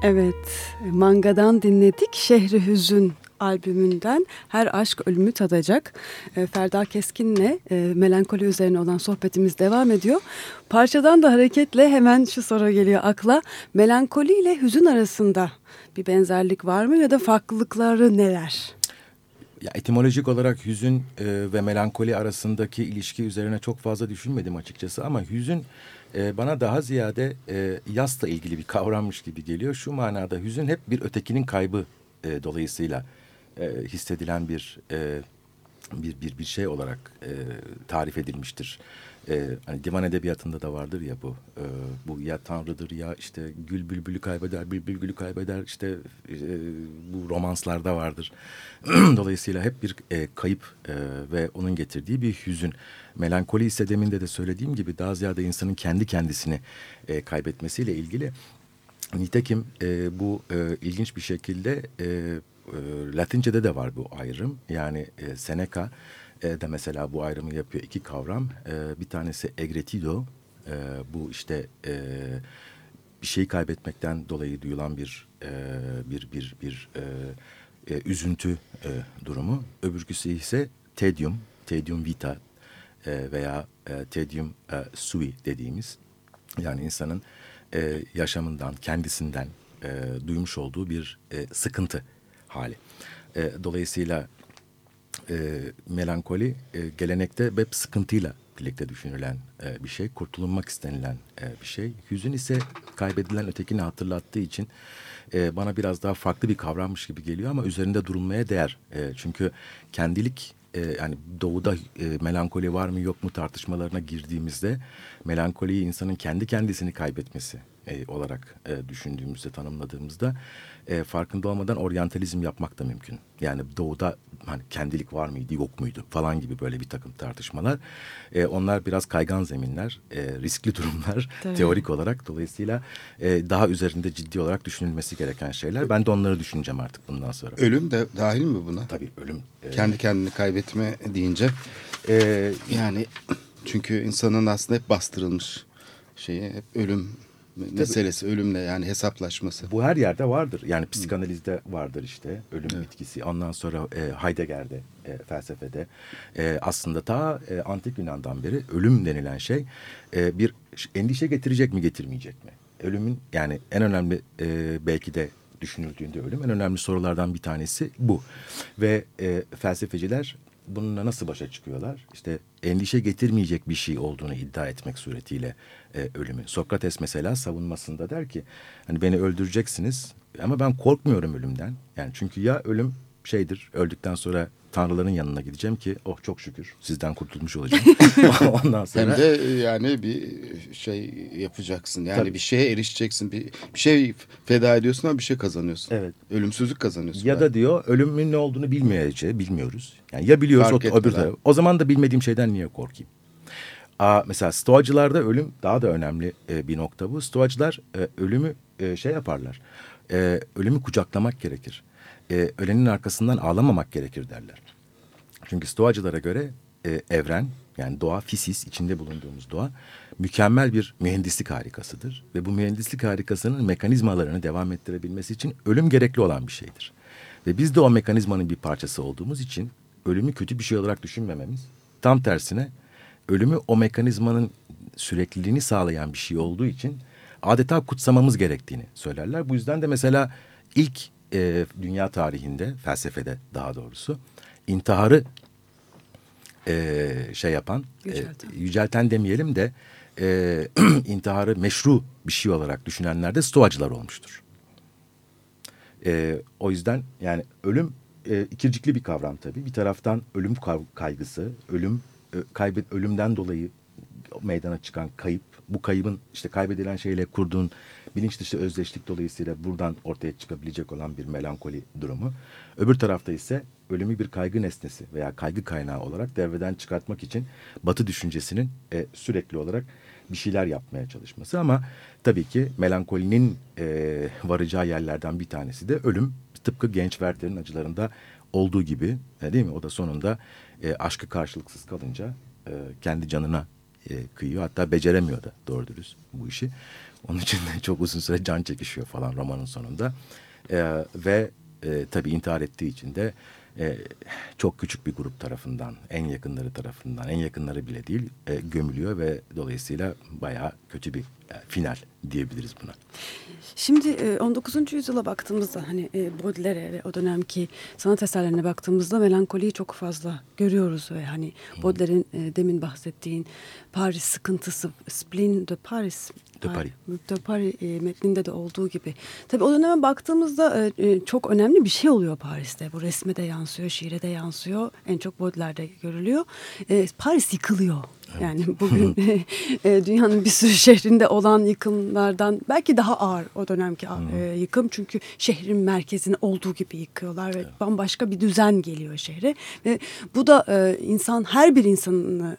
Evet, Manga'dan dinledik. Şehri Hüzün albümünden Her Aşk Ölümü Tadacak. Ferda Keskin'le e, melankoli üzerine olan sohbetimiz devam ediyor. Parçadan da hareketle hemen şu soru geliyor akla. Melankoli ile hüzün arasında bir benzerlik var mı ya da farklılıkları neler? Ya, etimolojik olarak hüzün e, ve melankoli arasındaki ilişki üzerine çok fazla düşünmedim açıkçası. Ama hüzün e, bana daha ziyade e, yasla ilgili bir kavrammış gibi geliyor. Şu manada hüzün hep bir ötekinin kaybı e, dolayısıyla e, hissedilen bir, e, bir bir bir şey olarak e, tarif edilmiştir. E, hani divan edebiyatında da vardır ya bu. E, bu ya tanrıdır ya işte gül bülbülü kaybeder, bülbül gülü kaybeder. İşte e, bu romanslarda vardır. Dolayısıyla hep bir e, kayıp e, ve onun getirdiği bir hüzün. Melankoli ise demin de de söylediğim gibi daha ziyade insanın kendi kendisini e, kaybetmesiyle ilgili. Nitekim e, bu e, ilginç bir şekilde e, e, Latince'de de var bu ayrım. Yani e, Seneca e, de mesela bu ayrımı yapıyor. İki kavram. E, bir tanesi egretido. E, bu işte e, bir şeyi kaybetmekten dolayı duyulan bir e, bir bir bir e, e, üzüntü e, durumu. Öbürküsü ise tedium, tedium vita e, veya e, tedium e, sui dediğimiz. Yani insanın e, yaşamından, kendisinden e, duymuş olduğu bir e, sıkıntı hali. E, dolayısıyla e, melankoli e, gelenekte hep sıkıntıyla birlikte düşünülen e, bir şey, kurtulunmak istenilen e, bir şey. Hüzün ise kaybedilen ötekini hatırlattığı için e, bana biraz daha farklı bir kavrammış gibi geliyor ama üzerinde durulmaya değer. E, çünkü kendilik, e, yani doğuda e, melankoli var mı yok mu tartışmalarına girdiğimizde melankoliyi insanın kendi kendisini kaybetmesi e, olarak e, düşündüğümüzde, tanımladığımızda e, farkında olmadan oryantalizm yapmak da mümkün. Yani doğuda hani kendilik var mıydı yok muydu falan gibi böyle bir takım tartışmalar. E, onlar biraz kaygan zeminler, e, riskli durumlar teorik olarak. Dolayısıyla e, daha üzerinde ciddi olarak düşünülmesi gereken şeyler. Ben de onları düşüneceğim artık bundan sonra. Ölüm de dahil mi buna? Tabii ölüm. E, Kendi kendini kaybetme deyince. e, Yani çünkü insanın aslında hep bastırılmış şeyi, hep ölüm meselesi, ölümle yani hesaplaşması. Bu her yerde vardır. Yani psikanalizde vardır işte ölüm evet. bitkisi. Ondan sonra e, Heidegger'de, e, felsefede e, aslında ta e, antik Yunan'dan beri ölüm denilen şey e, bir endişe getirecek mi getirmeyecek mi? Ölümün yani en önemli e, belki de düşünüldüğünde ölüm en önemli sorulardan bir tanesi bu. Ve e, felsefeciler bununla nasıl başa çıkıyorlar? İşte endişe getirmeyecek bir şey olduğunu iddia etmek suretiyle e, ölümü. Sokrates mesela savunmasında der ki hani beni öldüreceksiniz ama ben korkmuyorum ölümden. Yani çünkü ya ölüm şeydir, öldükten sonra tanrıların yanına gideceğim ki oh çok şükür sizden kurtulmuş olacağım. Ondan sonra hem de yani bir şey yapacaksın. Yani tabii. Bir şeye erişeceksin. Bir, bir şey feda ediyorsun ama bir şey kazanıyorsun. Evet. Ölümsüzlük kazanıyorsun. Ya belki. Da diyor ölümün ne olduğunu bilmeyeceği bilmiyoruz. Yani ya biliyoruz o, öbür tarafı. O zaman da bilmediğim şeyden niye korkayım? Aa, mesela Stoacılarda ölüm daha da önemli e, bir nokta bu. Stoacılar e, ölümü e, şey yaparlar. E, ölümü kucaklamak gerekir. E, ölenin arkasından ağlamamak gerekir derler. Çünkü Stoacılara göre e, evren yani doğa, fisis içinde bulunduğumuz doğa mükemmel bir mühendislik harikasıdır. Ve bu mühendislik harikasının mekanizmalarını devam ettirebilmesi için ölüm gerekli olan bir şeydir. Ve biz de o mekanizmanın bir parçası olduğumuz için ölümü kötü bir şey olarak düşünmememiz, tam tersine ölümü o mekanizmanın sürekliliğini sağlayan bir şey olduğu için adeta kutsamamız gerektiğini söylerler. Bu yüzden de mesela ilk e, dünya tarihinde, felsefede daha doğrusu intiharı e, şey yapan, yücelten. E, yücelten demeyelim de e, intiharı meşru bir şey olarak düşünenler de Stoacılar olmuştur. E, o yüzden yani ölüm e, ikircikli bir kavram tabii. Bir taraftan ölüm kaygısı, ölüm e, kaybet ölümden dolayı meydana çıkan kayıp, bu kaybın işte kaybedilen şeyle kurduğun bilinç dışı özdeşlik dolayısıyla buradan ortaya çıkabilecek olan bir melankoli durumu. Öbür tarafta ise ölümü bir kaygı nesnesi veya kaygı kaynağı olarak devreden çıkartmak için Batı düşüncesinin e, sürekli olarak bir şeyler yapmaya çalışması. Ama tabii ki melankolinin e, varacağı yerlerden bir tanesi de ölüm. Tıpkı genç Werther'in acılarında olduğu gibi e, değil mi? O da sonunda e, aşkı karşılıksız kalınca e, kendi canına e, kıyıyor. Hatta beceremiyor da doğru dürüst bu işi. Onun için de çok uzun süre can çekişiyor falan romanın sonunda. E, ve e, tabii intihar ettiği için de e, çok küçük bir grup tarafından, en yakınları tarafından, en yakınları bile değil e, gömülüyor ve dolayısıyla bayağı kötü bir e, final diyebiliriz buna. Şimdi on dokuzuncu yüzyıla baktığımızda hani Baudelaire'e ve o dönemki sanat eserlerine baktığımızda melankoliyi çok fazla görüyoruz ve hani Baudelaire'in demin bahsettiğin Paris sıkıntısı, Spleen de Paris, De Paris. De Paris metninde de olduğu gibi. Tabii o döneme baktığımızda çok önemli bir şey oluyor Paris'te. Bu resme de yansıyor, şiire de yansıyor. En çok Baudelaire'de görülüyor. Paris yıkılıyor. Yani bugün dünyanın bir sürü şehrinde olan yıkımlardan belki daha ağır o dönemki hmm. yıkım. Çünkü şehrin merkezini olduğu gibi yıkıyorlar ve evet. bambaşka bir düzen geliyor şehre. Ve bu da insan, her bir insanın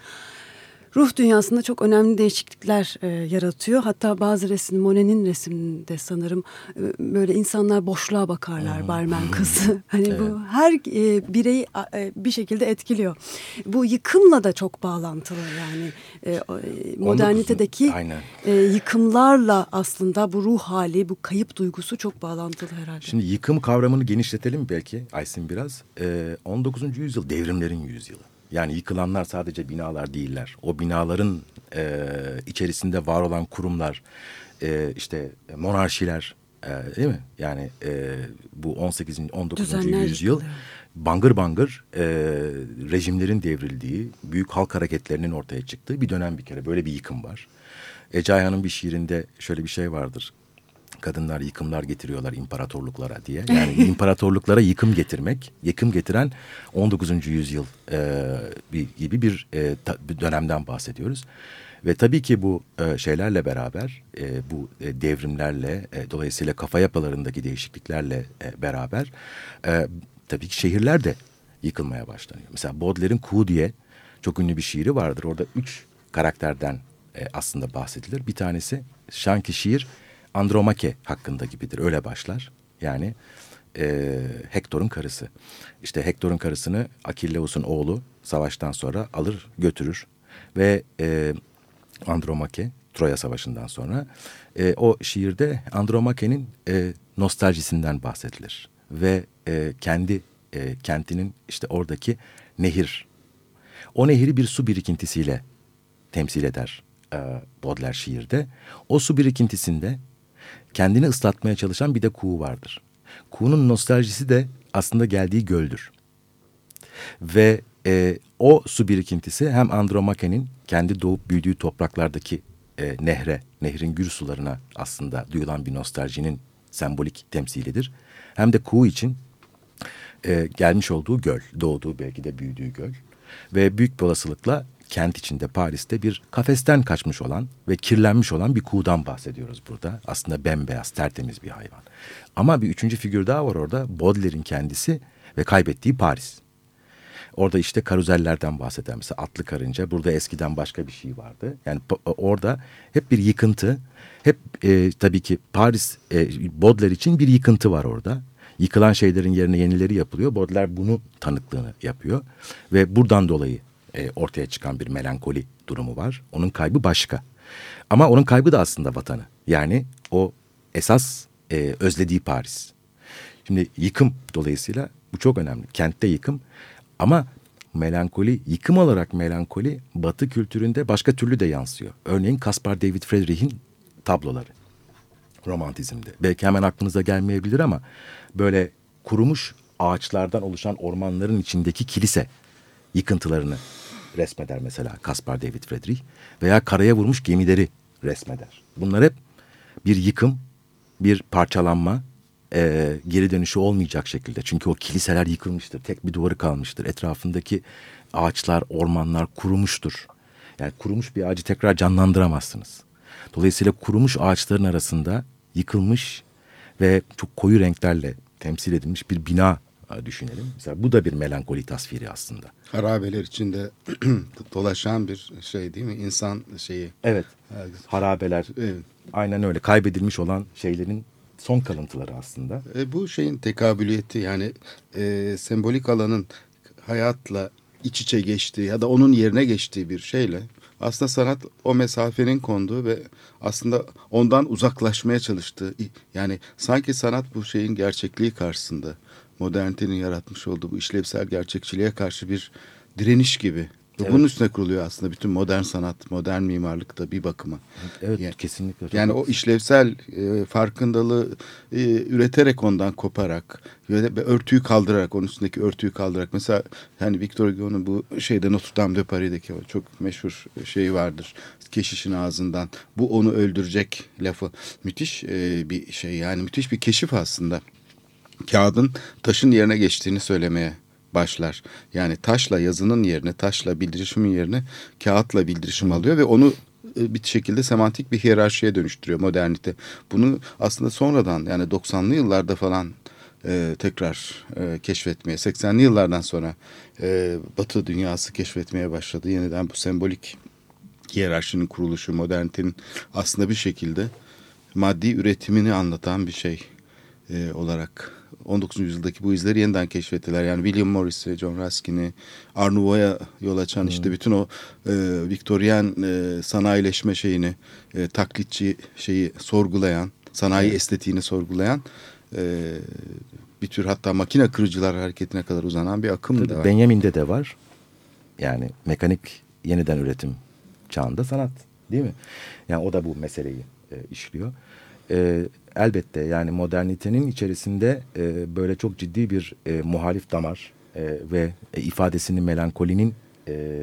ruh dünyasında çok önemli değişiklikler e, yaratıyor. Hatta bazı resim, Monet'in resiminde sanırım e, böyle insanlar boşluğa bakarlar, hmm. barmen kızı. Hani evet. bu her e, bireyi e, bir şekilde etkiliyor. Bu yıkımla da çok bağlantılı yani. E, modernitedeki e, yıkımlarla aslında bu ruh hali, bu kayıp duygusu çok bağlantılı herhalde. Şimdi yıkım kavramını genişletelim belki Aysin biraz. E, on dokuzuncu yüzyıl devrimlerin yüzyılı. Yani yıkılanlar sadece binalar değiller. O binaların e, içerisinde var olan kurumlar, e, işte monarşiler, e, değil mi? Yani e, bu on sekizinci on dokuzuncu Düzenler yüzyıl yıkılıyor. Bangır bangır e, rejimlerin devrildiği, büyük halk hareketlerinin ortaya çıktığı bir dönem bir kere. Böyle bir yıkım var. Ece Ayhan'ın bir şiirinde şöyle bir şey vardır. Kadınlar yıkımlar getiriyorlar imparatorluklara diye. Yani imparatorluklara yıkım getirmek, yıkım getiren on dokuzuncu yüzyıl e, bir, gibi bir, e, ta, bir dönemden bahsediyoruz. Ve tabii ki bu e, şeylerle beraber, e, bu e, devrimlerle, e, dolayısıyla kafa yapılarındaki değişikliklerle e, beraber, e, tabii ki şehirler de yıkılmaya başlanıyor. Mesela Baudelaire'in Kuğu diye çok ünlü bir şiiri vardır. Orada üç karakterden e, aslında bahsedilir. Bir tanesi şanki şiir, Andromake hakkında gibidir. Öyle başlar. Yani e, Hektor'un karısı. İşte Hektor'un karısını Akilleus'un oğlu savaştan sonra alır götürür. Ve e, Andromake Troya Savaşı'ndan sonra e, o şiirde Andromake'nin e, nostaljisinden bahsedilir. Ve e, kendi e, kentinin işte oradaki nehir. O nehri bir su birikintisiyle temsil eder e, Baudelaire şiirde. O su birikintisinde kendini ıslatmaya çalışan bir de kuğu vardır. Kuğunun nostaljisi de aslında geldiği göldür. Ve e, o su birikintisi hem Andromake'nin kendi doğup büyüdüğü topraklardaki e, nehre, nehrin gür sularına aslında duyulan bir nostaljinin sembolik temsilidir. Hem de kuğu için e, gelmiş olduğu göl, doğduğu belki de büyüdüğü göl. Ve büyük bir olasılıkla kent içinde Paris'te bir kafesten kaçmış olan ve kirlenmiş olan bir kuğudan bahsediyoruz burada. Aslında bembeyaz, tertemiz bir hayvan. Ama bir üçüncü figür daha var orada. Baudelaire'in kendisi ve kaybettiği Paris. Orada işte karuzellerden bahseder. Mesela atlı karınca. Burada eskiden başka bir şey vardı. Yani orada hep bir yıkıntı. Hep e, tabii ki Paris, e, Baudelaire için bir yıkıntı var orada. Yıkılan şeylerin yerine yenileri yapılıyor. Baudelaire bunu tanıklığını yapıyor. Ve buradan dolayı e, ortaya çıkan bir melankoli durumu var. Onun kaybı başka. Ama onun kaybı da aslında vatanı. Yani o esas e, özlediği Paris. Şimdi yıkım dolayısıyla bu çok önemli. Kentte yıkım. Ama melankoli, yıkım olarak melankoli Batı kültüründe başka türlü de yansıyor. Örneğin Caspar David Friedrich'in tabloları romantizmde. Belki hemen aklınıza gelmeyebilir ama böyle kurumuş ağaçlardan oluşan ormanların içindeki kilise yıkıntılarını resmeder mesela Caspar David Friedrich veya karaya vurmuş gemileri resmeder. Bunlar hep bir yıkım, bir parçalanma, e, geri dönüşü olmayacak şekilde. Çünkü o kiliseler yıkılmıştır, tek bir duvarı kalmıştır. Etrafındaki ağaçlar, ormanlar kurumuştur. Yani kurumuş bir ağacı tekrar canlandıramazsınız. Dolayısıyla kurumuş ağaçların arasında yıkılmış ve çok koyu renklerle temsil edilmiş bir bina düşünelim. Mesela bu da bir melankoli tasviri aslında. Harabeler içinde dolaşan bir şey değil mi? İnsan şeyi. Evet. Evet. Harabeler. Evet. Aynen öyle. Kaybedilmiş olan şeylerin son kalıntıları aslında. E, bu şeyin tekabüliyeti yani e, sembolik alanın hayatla iç içe geçtiği ya da onun yerine geçtiği bir şeyle aslında sanat o mesafenin konduğu ve aslında ondan uzaklaşmaya çalıştığı, yani sanki sanat bu şeyin gerçekliği karşısında, modernitenin yaratmış olduğu bu işlevsel gerçekçiliğe karşı bir direniş gibi. Evet. Bunun üstüne kuruluyor aslında bütün modern sanat, modern mimarlık da bir bakıma. Evet, yani, kesinlikle. Yani o işlevsel e, farkındalığı e, üreterek ondan koparak ve örtüyü kaldırarak, onun üstündeki örtüyü kaldırarak. Mesela hani Victor Hugo'nun bu şeyde Notre Dame de Paris'deki o çok meşhur şeyi vardır. Keşişin ağzından bu onu öldürecek lafı. Müthiş e, bir şey, yani müthiş bir keşif aslında. Kağıdın taşın yerine geçtiğini söylemeye başlar. Yani taşla yazının yerine, taşla bildirişimin yerine kağıtla bildirişim alıyor ve onu bir şekilde semantik bir hiyerarşiye dönüştürüyor modernite. Bunu aslında sonradan, yani doksanlı yıllarda falan e, tekrar e, keşfetmeye, seksenli yıllardan sonra e, Batı dünyası keşfetmeye başladı. Yeniden bu sembolik hiyerarşinin kuruluşu, modernitenin aslında bir şekilde maddi üretimini anlatan bir şey e, olarak on dokuzuncu yüzyıldaki bu izleri yeniden keşfettiler. Yani William Morris'i, John Ruskin'i, Art Nouveau'ya yol açan hmm. işte bütün o e, Viktoryen e, sanayileşme şeyini, e, taklitçi şeyi sorgulayan, sanayi evet. estetiğini sorgulayan e, bir tür, hatta makine kırıcılar hareketine kadar uzanan bir akım Tabii, da var. Benjamin'de de var. Yani mekanik yeniden üretim çağında sanat, değil mi? Yani o da bu meseleyi e, işliyor. E, elbette yani modernitenin içerisinde e, böyle çok ciddi bir e, muhalif damar e, ve e, ifadesini melankolinin e,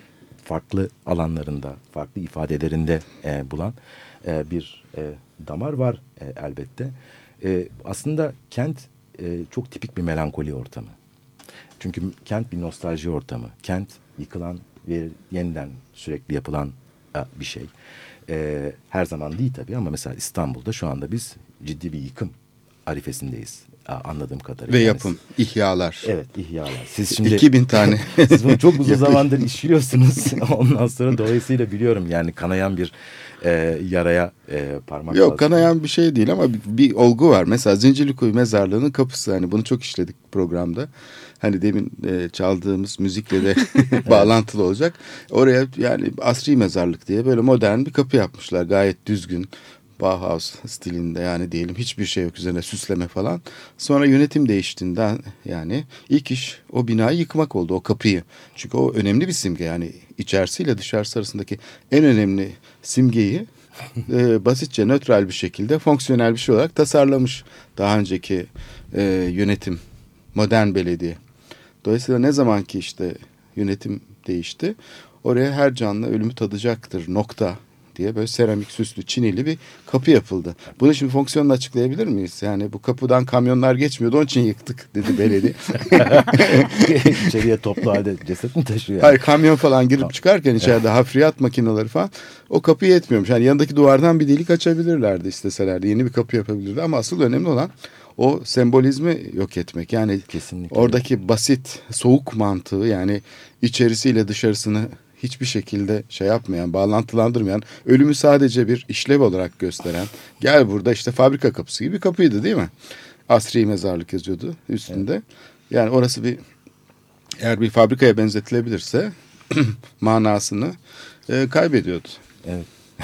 farklı alanlarında, farklı ifadelerinde e, bulan e, bir e, damar var e, elbette. E, aslında kent e, çok tipik bir melankoli ortamı. Çünkü kent bir nostalji ortamı. Kent yıkılan ve yeniden sürekli yapılan e, bir şey. Ee, her zaman değil tabii ama mesela İstanbul'da şu anda biz ciddi bir yıkım arifesindeyiz anladığım kadarıyla. Ve yani yapım, ihyalar. Evet, ihyalar. Siz şimdi iki bin tane. Siz bunu çok uzun zamandır işliyorsunuz. Ondan sonra dolayısıyla biliyorum yani kanayan bir e, yaraya e, parmak Yok basıyor. Kanayan bir şey değil ama bir, bir olgu var. Mesela Zincirlikuyu Mezarlığı'nın kapısı, hani bunu çok işledik programda. Hani demin e, çaldığımız müzikle de bağlantılı olacak. Oraya yani asri mezarlık diye böyle modern bir kapı yapmışlar. Gayet düzgün, Bauhaus stilinde, yani diyelim hiçbir şey yok üzerine, süsleme falan. Sonra yönetim değiştiğinden yani ilk iş o binayı yıkmak oldu, o kapıyı. Çünkü o önemli bir simge, yani içerisiyle dışarısı arasındaki en önemli simgeyi e, basitçe nötral bir şekilde fonksiyonel bir şey olarak tasarlamış daha önceki e, yönetim, modern belediye. Dolayısıyla ne zaman ki işte yönetim değişti, oraya her canlı ölümü tadacaktır nokta diye böyle seramik süslü çinili bir kapı yapıldı. Bunu şimdi fonksiyonla açıklayabilir miyiz? Yani bu kapıdan kamyonlar geçmiyordu, onun için yıktık dedi belediye. İçeriye toplu halde ceset mi taşıyor? Hayır, kamyon falan girip çıkarken içeride hafriyat makineleri falan, o kapı yetmiyormuş. Yani yanındaki duvardan bir delik açabilirlerdi isteselerdi, yeni bir kapı yapabilirdi ama asıl önemli olan o sembolizmi yok etmek. Yani kesinlikle oradaki basit soğuk mantığı, yani içerisiyle dışarısını hiçbir şekilde şey yapmayan, bağlantılandırmayan, ölümü sadece bir işlev olarak gösteren, gel burada işte fabrika kapısı gibi bir kapıydı değil mi? Asri mezarlık yazıyordu üstünde. Evet. Yani orası bir, eğer bir fabrikaya benzetilebilirse manasını e, kaybediyordu. Evet.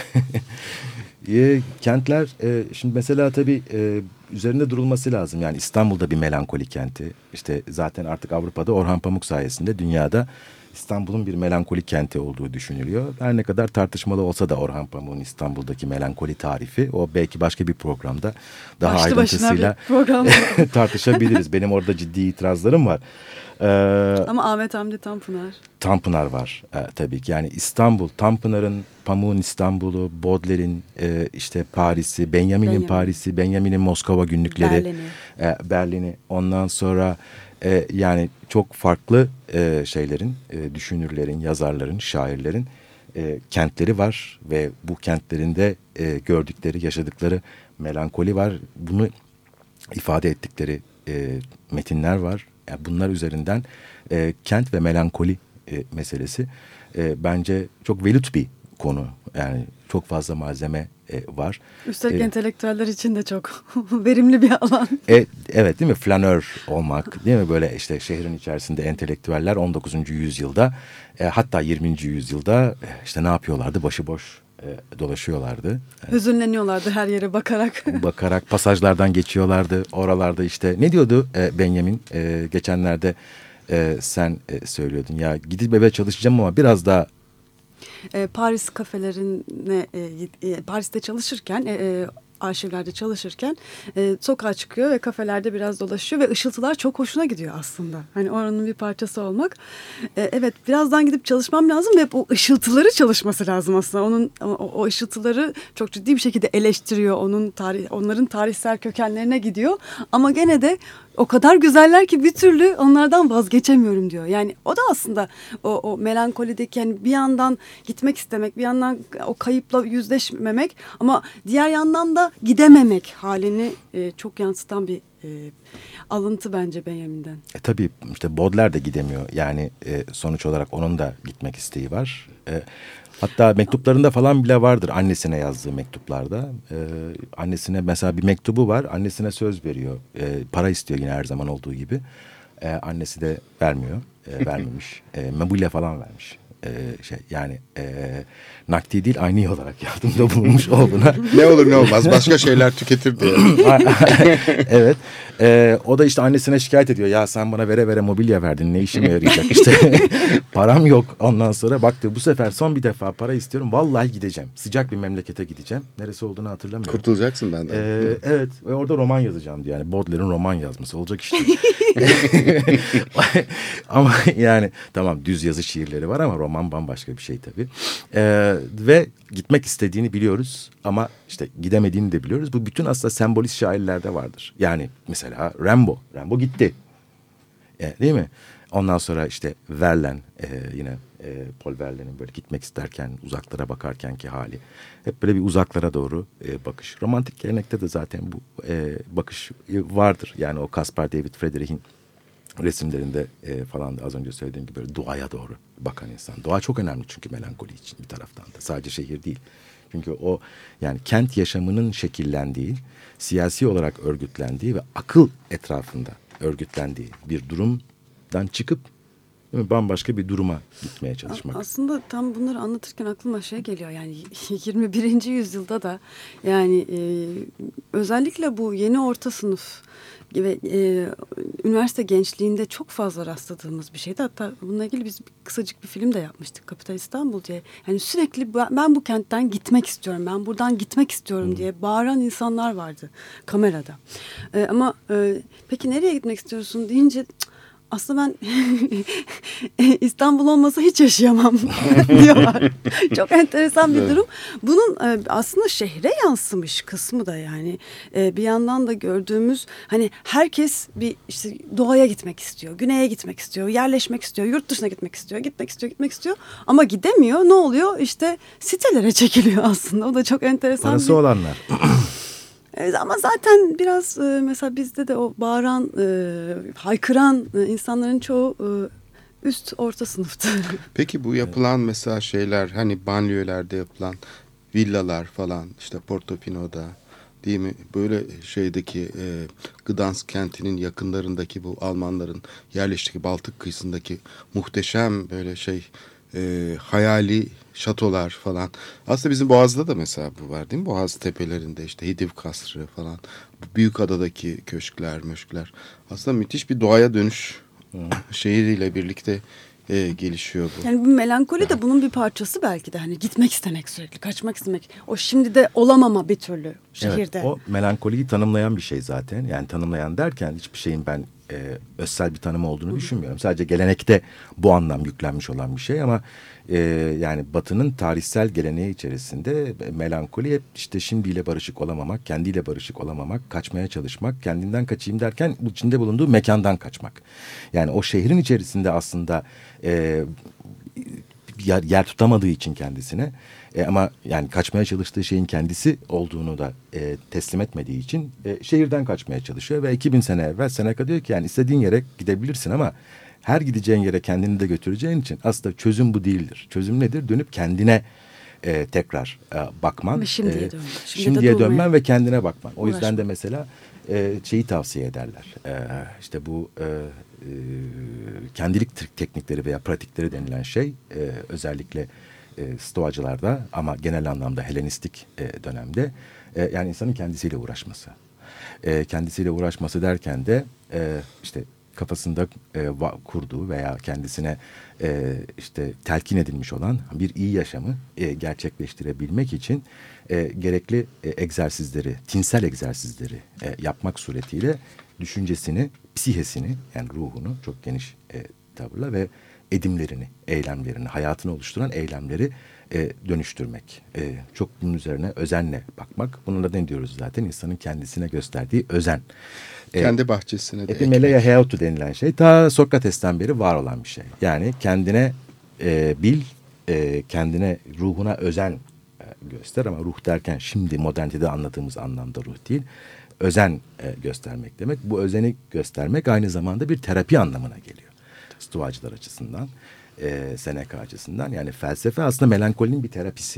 e, kentler e, şimdi mesela tabii e, üzerinde durulması lazım. Yani İstanbul'da bir melankoli kenti. İşte zaten artık Avrupa'da Orhan Pamuk sayesinde dünyada İstanbul'un bir melankoli kenti olduğu düşünülüyor. Her ne kadar tartışmalı olsa da Orhan Pamuk'un İstanbul'daki melankoli tarifi, o belki başka bir programda daha Başlı ayrıntısıyla tartışabiliriz. Benim orada ciddi itirazlarım var. Ee, Ama Ahmet Hamdi Tanpınar. Tanpınar var e, tabii ki. Yani İstanbul, Tanpınar'ın, Pamuk'un İstanbul'u, Baudelaire'in e, işte Paris'i, Benjamin'in Benjamin. Paris'i, Benjamin'in Moskova günlükleri, Berlin'i, e, Berlin'i. Ondan sonra e, yani çok farklı e, şeylerin, e, düşünürlerin, yazarların, şairlerin e, kentleri var ve bu kentlerinde e, gördükleri, yaşadıkları melankoli var. Bunu ifade ettikleri e, metinler var. Yani bunlar üzerinden e, kent ve melankoli e, meselesi e, bence çok velut bir konu. Yani çok fazla malzeme e, var. Üstelik E, entelektüeller için de çok verimli bir alan. E, evet değil mi? Flanör olmak değil mi? Böyle işte şehrin içerisinde entelektüeller on dokuzuncu yüzyılda e, hatta yirminci yüzyılda e, işte ne yapıyorlardı? Başıboş e, dolaşıyorlardı. E, Hüzünleniyorlardı her yere bakarak. bakarak pasajlardan geçiyorlardı. Oralarda işte ne diyordu e, Benjamin? E, geçenlerde e, sen e, söylüyordun ya gidip eve çalışacağım ama biraz daha E, Paris kafelerine e, e, Paris'te çalışırken e, e, arşivlerde çalışırken e, sokağa çıkıyor ve kafelerde biraz dolaşıyor ve ışıltılar çok hoşuna gidiyor aslında. Hani oranın bir parçası olmak. E, evet birazdan gidip çalışmam lazım ve o ışıltıları çalışması lazım aslında. Onun o, o ışıltıları çok ciddi bir şekilde eleştiriyor. Onun tarih, onların tarihsel kökenlerine gidiyor. Ama gene de o kadar güzeller ki bir türlü onlardan vazgeçemiyorum diyor. Yani o da aslında o, o melankolideki yani bir yandan gitmek istemek, bir yandan o kayıpla yüzleşmemek ama diğer yandan da gidememek halini e, çok yansıtan bir e, alıntı bence Benjamin'den. E, tabii işte Baudelaire de gidemiyor. Yani e, sonuç olarak onun da gitmek isteği var. E, hatta mektuplarında falan bile vardır annesine yazdığı mektuplarda. E, annesine mesela bir mektubu var. Annesine söz veriyor. E, para istiyor yine her zaman olduğu gibi. E, annesi de vermiyor. E, vermemiş. E, mebule falan vermiş. E, şey yani e, nakdi değil aynı olarak yardımda bulunmuş olduğuna. Ne olur ne olmaz başka şeyler tüketir diye. Evet. Ee, o da işte annesine şikayet ediyor. Ya sen bana vere vere mobilya verdin. Ne işime yarayacak işte. Param yok. Ondan sonra bak diyor bu sefer son bir defa para istiyorum. Vallahi gideceğim. Sıcak bir memlekete gideceğim. Neresi olduğunu hatırlamıyorum. Kurtulacaksın benden. Ee, evet. Ve orada roman yazacağım diyor. Yani Baudelaire'in roman yazması olacak işte. Ama yani tamam düz yazı şiirleri var ama roman bambaşka bir şey tabii. Ee, ve gitmek istediğini biliyoruz ama işte gidemediğini de biliyoruz. Bu bütün aslında sembolist şairlerde vardır. Yani mesela Rimbaud. Rimbaud gitti. E, değil mi? Ondan sonra işte Verlaine e, yine e, Paul Verlaine'in böyle gitmek isterken uzaklara bakarkenki hali. Hep böyle bir uzaklara doğru e, bakış. Romantik gelenekte de zaten bu e, bakış vardır. Yani o Caspar David Friedrich'in resimlerinde e, falan da az önce söylediğim gibi böyle doğaya doğru bakan insan. Doğa çok önemli çünkü melankoli için bir taraftan da. Sadece şehir değil. Çünkü o yani kent yaşamının şekillendiği, siyasi olarak örgütlendiği ve akıl etrafında örgütlendiği bir durumdan çıkıp bambaşka bir duruma gitmeye çalışmak. Aslında tam bunları anlatırken aklıma şey geliyor yani yirmi birinci yüzyılda da yani e, özellikle bu yeni orta sınıf ve e, üniversite gençliğinde çok fazla rastladığımız bir şeydi. Hatta bununla ilgili biz kısacık bir film de yapmıştık Kapital İstanbul diye. Yani sürekli ben bu kentten gitmek istiyorum, ben buradan gitmek istiyorum hmm. diye bağıran insanlar vardı kamerada. E, ama e, peki nereye gitmek istiyorsun deyince aslında ben İstanbul olmasa hiç yaşayamam diyorlar. Çok enteresan bir durum. Bunun aslında şehre yansımış kısmı da yani bir yandan da gördüğümüz hani herkes bir işte doğaya gitmek istiyor, güneye gitmek istiyor, yerleşmek istiyor, yurt dışına gitmek istiyor, gitmek istiyor, gitmek istiyor ama gidemiyor. Ne oluyor? İşte sitelere çekiliyor aslında. O da çok enteresan. Parası bir... olanlar. Evet, ama zaten biraz e, mesela bizde de o bağıran, e, haykıran e, insanların çoğu e, üst orta sınıftı. Peki bu yapılan mesela şeyler hani banliyölerde yapılan villalar falan işte Portofino'da değil mi? Böyle şeydeki e, Gdansk kentinin yakınlarındaki bu Almanların yerleştiği Baltık kıyısındaki muhteşem böyle şey e, hayali şatolar falan. Aslında bizim Boğaz'da da mesela bu var değil mi? Boğaz tepelerinde işte Hidiv Kasrı falan. Büyükada'daki köşkler, möşkler. Aslında müthiş bir doğaya dönüş şehriyle birlikte e, gelişiyor bu. Yani bu melankoli de bunun bir parçası belki de. Hani gitmek istemek sürekli, kaçmak istemek. O şimdi de olamama bir türlü şehirde. Evet, o melankoliyi tanımlayan bir şey zaten. Yani tanımlayan derken hiçbir şeyin ben e, özsel bir tanımı olduğunu Hı-hı. düşünmüyorum. Sadece gelenekte bu anlam yüklenmiş olan bir şey ama e, yani Batı'nın tarihsel geleneği içerisinde melankoli hep işte şimdiyle barışık olamamak, kendiyle barışık olamamak, kaçmaya çalışmak, kendinden kaçayım derken bu içinde bulunduğu mekandan kaçmak. Yani o şehrin içerisinde aslında e, yer, yer tutamadığı için kendisine e, ama yani kaçmaya çalıştığı şeyin kendisi olduğunu da e, teslim etmediği için e, şehirden kaçmaya çalışıyor ve iki bin sene evvel Seneca diyor ki yani istediğin yere gidebilirsin ama her gideceğin yere kendini de götüreceğin için aslında çözüm bu değildir. Çözüm nedir? Dönüp kendine e, tekrar e, bakman. Ve şimdiye e, dönmen. Şimdi şimdiye de dönmen durmaya. ve kendine bakman. O yüzden Uğraşma. de mesela e, şeyi tavsiye ederler. E, işte bu e, e, kendilik te- teknikleri veya pratikleri denilen şey e, özellikle e, Stoacılarda ama genel anlamda Helenistik e, dönemde e, yani insanın kendisiyle uğraşması. E, kendisiyle uğraşması derken de e, işte kafasında e, va- kurduğu veya kendisine e, işte telkin edilmiş olan bir iyi yaşamı e, gerçekleştirebilmek için e, gerekli e, egzersizleri, tinsel egzersizleri e, yapmak suretiyle düşüncesini, psihesini yani ruhunu çok geniş e, tavırla ve edimlerini, eylemlerini, hayatını oluşturan eylemleri e, dönüştürmek. E, çok bunun üzerine özenle bakmak. Bununla ne diyoruz zaten? İnsanın kendisine gösterdiği özen. E, Kendi bahçesine de Epimeleia ekmek. heautu denilen şey ta Sokrates'ten beri var olan bir şey. Yani kendine e, bil, e, kendine ruhuna özen e, göster ama ruh derken şimdi modernitede anladığımız anlamda ruh değil. Özen e, göstermek demek. Bu özeni göstermek aynı zamanda bir terapi anlamına geliyor. Stoacılar açısından, e, Seneca açısından. Yani felsefe aslında melankolinin bir terapisi.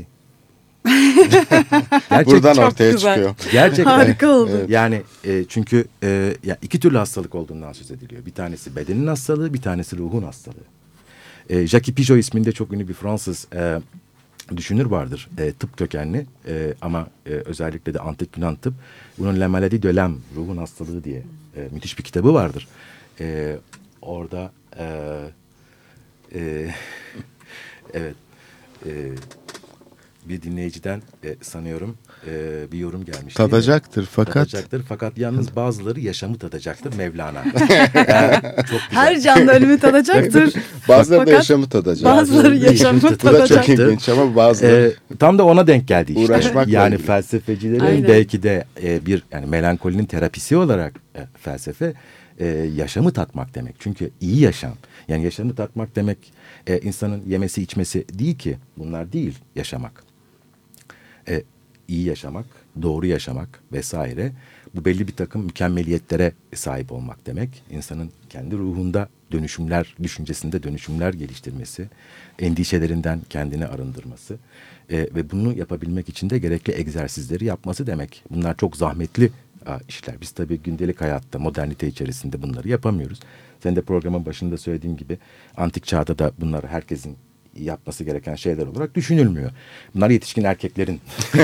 Gerçek, Buradan çok ortaya güzel. çıkıyor. Gerçekten. Harika oldu. Yani e, çünkü e, ya iki türlü hastalık olduğundan söz ediliyor. Bir tanesi bedenin hastalığı, bir tanesi ruhun hastalığı. E, Jacques Pigeot isminde çok ünlü bir Fransız e, düşünür vardır. E, tıp kökenli e, ama e, özellikle de antik Yunan tıp. Bunun La Maladie de l'âme, ruhun hastalığı diye e, müthiş bir kitabı vardır. E, orada e, e, evet e, bir dinleyiciden e, sanıyorum e, bir yorum gelmiş. değil mi? Tadacaktır fakat Tadacaktır fakat yalnız bazıları yaşamı tadacaktır Mevlana. Yani çok güzel. Her canlı ölümü tadacaktır. bazıları da Fakat yaşamı tadacak. Bazıları yaşamı Bu da çok tadacaktır. ilginç ama bazıları Ee, tam da ona denk geldi işte. Uğraşmakla yani ilgili. felsefecilerin Aynen. belki de e, bir yani melankolinin terapisi olarak e, felsefe e, yaşamı tatmak demek. Çünkü iyi yaşam. Yani yaşamı tatmak demek e, insanın yemesi içmesi değil ki. Bunlar değil yaşamak. E, iyi yaşamak, doğru yaşamak vesaire. Bu belli bir takım mükemmeliyetlere sahip olmak demek. İnsanın kendi ruhunda dönüşümler, düşüncesinde dönüşümler geliştirmesi, endişelerinden kendini arındırması e, ve bunu yapabilmek için de gerekli egzersizleri yapması demek. Bunlar çok zahmetli a, işler. Biz tabii gündelik hayatta, modernite içerisinde bunları yapamıyoruz. Sen de programın başında söylediğim gibi antik çağda da bunlar herkesin yapması gereken şeyler olarak düşünülmüyor. Bunlar yetişkin erkeklerin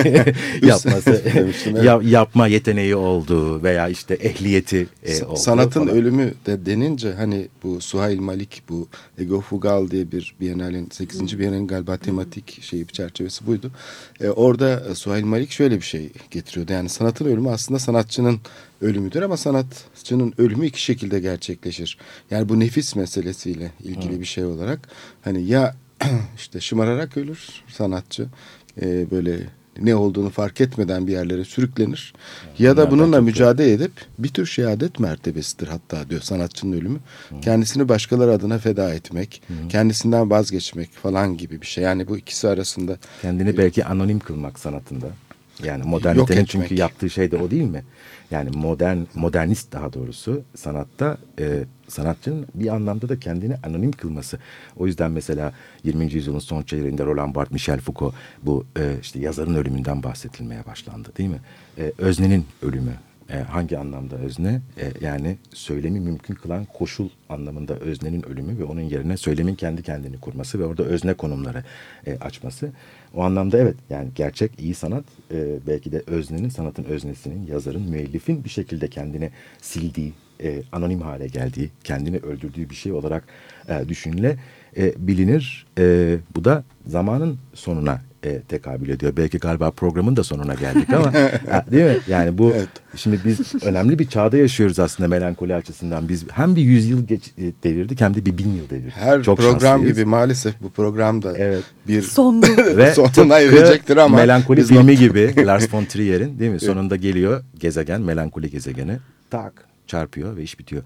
yapması, demiştim, evet. ya- yapma yeteneği olduğu veya işte ehliyeti e, olduğu sanatın falan. ölümü de denince hani bu Suhail Malik bu Ego Fugal diye bir Biennale'nin sekizinci Biennale'nin galiba tematik şeyi çerçevesi buydu. Ee, orada e, Suhail Malik şöyle bir şey getiriyordu. Yani sanatın ölümü aslında sanatçının ölümüdür ama sanatçının ölümü iki şekilde gerçekleşir. Yani bu nefis meselesiyle ilgili bir şey olarak hani ya işte şımararak ölür sanatçı e, böyle ne olduğunu fark etmeden bir yerlere sürüklenir ya da bunlardan bununla çok mücadele edip bir tür şehadet mertebesidir hatta diyor sanatçının ölümü. Kendisini başkaları adına feda etmek, kendisinden vazgeçmek falan gibi bir şey. Yani bu ikisi arasında Kendini belki anonim kılmak sanatında. Yani Yok modernitenin etmek. çünkü yaptığı şey de o değil mi? Yani modern, modernist daha doğrusu sanatta e, sanatçının bir anlamda da kendini anonim kılması. O yüzden mesela yirminci yüzyılın son çeyreğinde Roland Barthes, Michel Foucault bu e, işte yazarın ölümünden bahsedilmeye başlandı değil mi? E, öznenin ölümü. E, hangi anlamda özne? E, yani söylemi mümkün kılan koşul anlamında öznenin ölümü ve onun yerine söylemin kendi kendini kurması ve orada özne konumları e, açması. O anlamda evet yani gerçek iyi sanat e, belki de öznenin, sanatın öznesinin, yazarın, müellifin bir şekilde kendini sildiği, e, anonim hale geldiği, kendini öldürdüğü bir şey olarak e, düşünüle e, bilinir. E, bu da zamanın sonuna e, tekabül ediyor. Belki galiba programın da sonuna geldik ama ha, değil mi? Yani bu Evet. şimdi biz önemli bir çağda yaşıyoruz aslında melankoli açısından. Biz hem bir yüzyıl geç, e, devirdik hem de bir bin yıl devirdik. her Çok program şanslıyız. gibi maalesef bu programda Evet. bir Sonlu. Ve sonuna tıpkı erecektir ama Melankoli biz filmi not- gibi Lars von Trier'in değil mi? Sonunda geliyor gezegen, melankoli gezegeni. Tak çarpıyor ve iş bitiyor.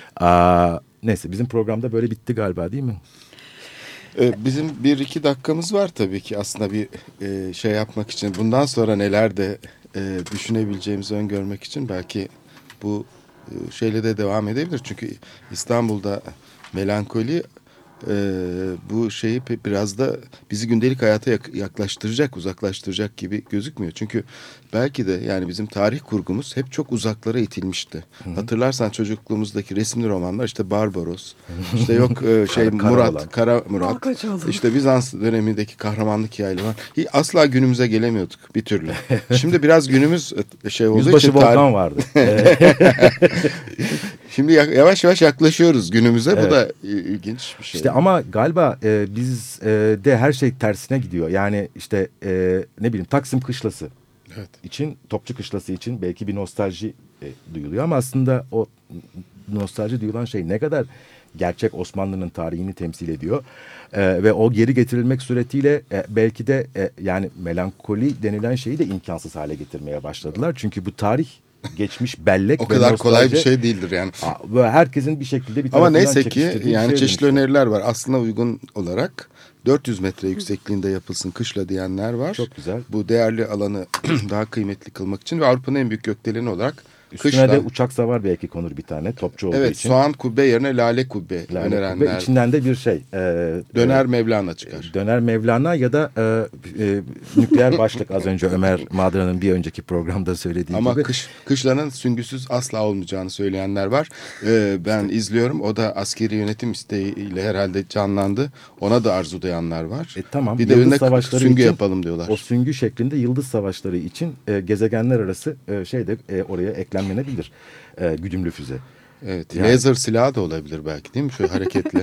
Aa, neyse bizim programda böyle bitti galiba değil mi? Ee, Bizim bir iki dakikamız var tabii ki aslında bir e, şey yapmak için. Bundan sonra neler de e, düşünebileceğimizi öngörmek için belki bu e, şeyle de devam edebilir. Çünkü İstanbul'da melankoli e, bu şeyi pe- biraz da bizi gündelik hayata yak- yaklaştıracak, uzaklaştıracak gibi gözükmüyor. Çünkü belki de yani bizim tarih kurgumuz hep çok uzaklara itilmişti. Hı-hı. Hatırlarsan çocukluğumuzdaki resimli romanlar işte Barbaros, işte yok e, şey Kara Murat, olan. Kara Murat, Malkoçoğlu. işte Bizans dönemindeki kahramanlık hikayeleri var. Hiç asla günümüze gelemiyorduk bir türlü. Şimdi biraz günümüz şey olduğu Yüzbaşı için tarih... Volkan vardı. Şimdi yavaş yavaş yaklaşıyoruz günümüze. Evet. Bu da ilginç bir şey. İşte ama galiba e, biz e, de her şey tersine gidiyor. Yani işte e, ne bileyim Taksim Kışlası Evet. için, Topçu Kışlası için belki bir nostalji e, duyuluyor. Ama aslında o nostalji duyulan şey ne kadar gerçek Osmanlı'nın tarihini temsil ediyor. E, ve o geri getirilmek suretiyle e, belki de e, yani melankoli denilen şeyi de imkansız hale getirmeye başladılar. Çünkü bu tarih geçmiş bellek O ve kadar nostalji- kolay bir şey değildir yani. Ve herkesin bir şekilde bir Ama tarafından neyse ki çekiştirdiği bir yani şeye çeşitli dönüştü. öneriler var. Aslına uygun olarak dört yüz metre yüksekliğinde yapılsın kışla diyenler var. Çok güzel. Bu değerli alanı daha kıymetli kılmak için ve Avrupa'nın en büyük gökdeleni olarak Üstüne kışla... de uçak savar belki konur bir tane topçu olduğu Evet, için. soğan kubbe yerine lale kubbe Lale önerenler. kubbe. İçinden de bir şey. E, Döner e, Mevlana çıkar. Döner Mevlana ya da e, e, nükleer başlık az önce Ömer Madra'nın bir önceki programda söylediği Ama gibi. kış, kışlanın süngüsüz asla olmayacağını söyleyenler var. Ee, ben izliyorum. O da askeri yönetim isteğiyle herhalde canlandı. Ona da arzudayanlar var. E, tamam. Bir de Yıldız önüne savaşları süngü için, yapalım diyorlar. O süngü şeklinde yıldız savaşları için e, gezegenler arası e, şey de e, oraya eklemlenebilir. E, güdümlü füze. Evet. Yani- Laser silahı da olabilir belki değil mi? Şöyle hareketli.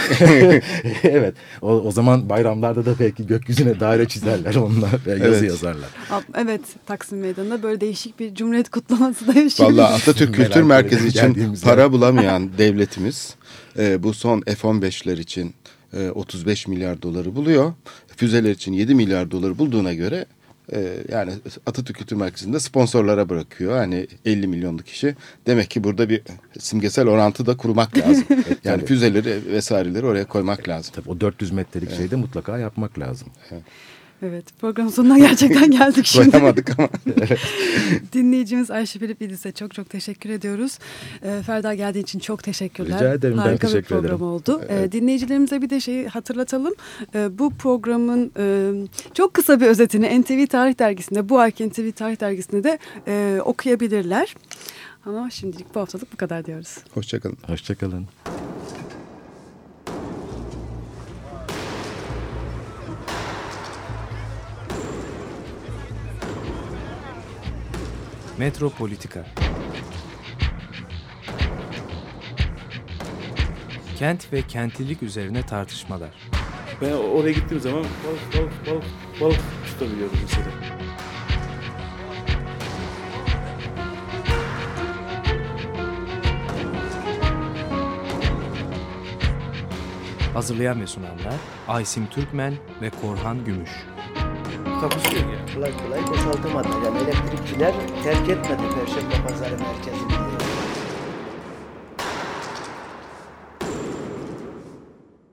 Evet. O, o zaman bayramlarda da belki gökyüzüne daire çizerler onlar ve yazı Evet. yazarlar. Evet, Taksim Meydanı'nda böyle değişik bir Cumhuriyet kutlaması da yaşıyoruz. Vallahi Atatürk Kültür Merak Merkezi için geldiğimizde. para bulamayan devletimiz e, bu son F on beşler için e, otuz beş milyar doları buluyor. Füzeler için yedi milyar doları bulduğuna göre e, yani Atatürk Kültür Merkezi'nde sponsorlara bırakıyor. Hani elli milyonluk kişi. Demek ki burada bir simgesel orantı da kurmak lazım. Yani Tabii. füzeleri vesaireleri oraya koymak lazım. Tabii o dört yüz metrelik şeyi de mutlaka yapmak lazım. Evet, programın sonuna gerçekten geldik şimdi. Koyamadık ama. Dinleyicimiz Ayşe Filip İdris'e çok çok teşekkür ediyoruz. Ee, Ferda geldiğin için çok teşekkürler. Rica ederim, ben Harika teşekkür bir program ederim. oldu. Ee, dinleyicilerimize bir de şeyi hatırlatalım. Ee, bu programın e, çok kısa bir özetini N T V Tarih Dergisi'nde, bu ayki N T V Tarih Dergisi'nde de e, okuyabilirler. Ama şimdilik bu haftalık bu kadar diyoruz. Hoşçakalın. Hoşçakalın. Metropolitika. Kent ve kentlilik üzerine tartışmalar. Ben oraya gittiğim zaman balık balık balık balık tutabiliyorum mesela. Hazırlayan ve sunanlar Aysim Türkmen ve Korhan Gümüş. Takusuyor yani. Kolay kolay boşaltamadı. Yani elektrikçiler terk etmedi Perşembe Pazarı merkezini.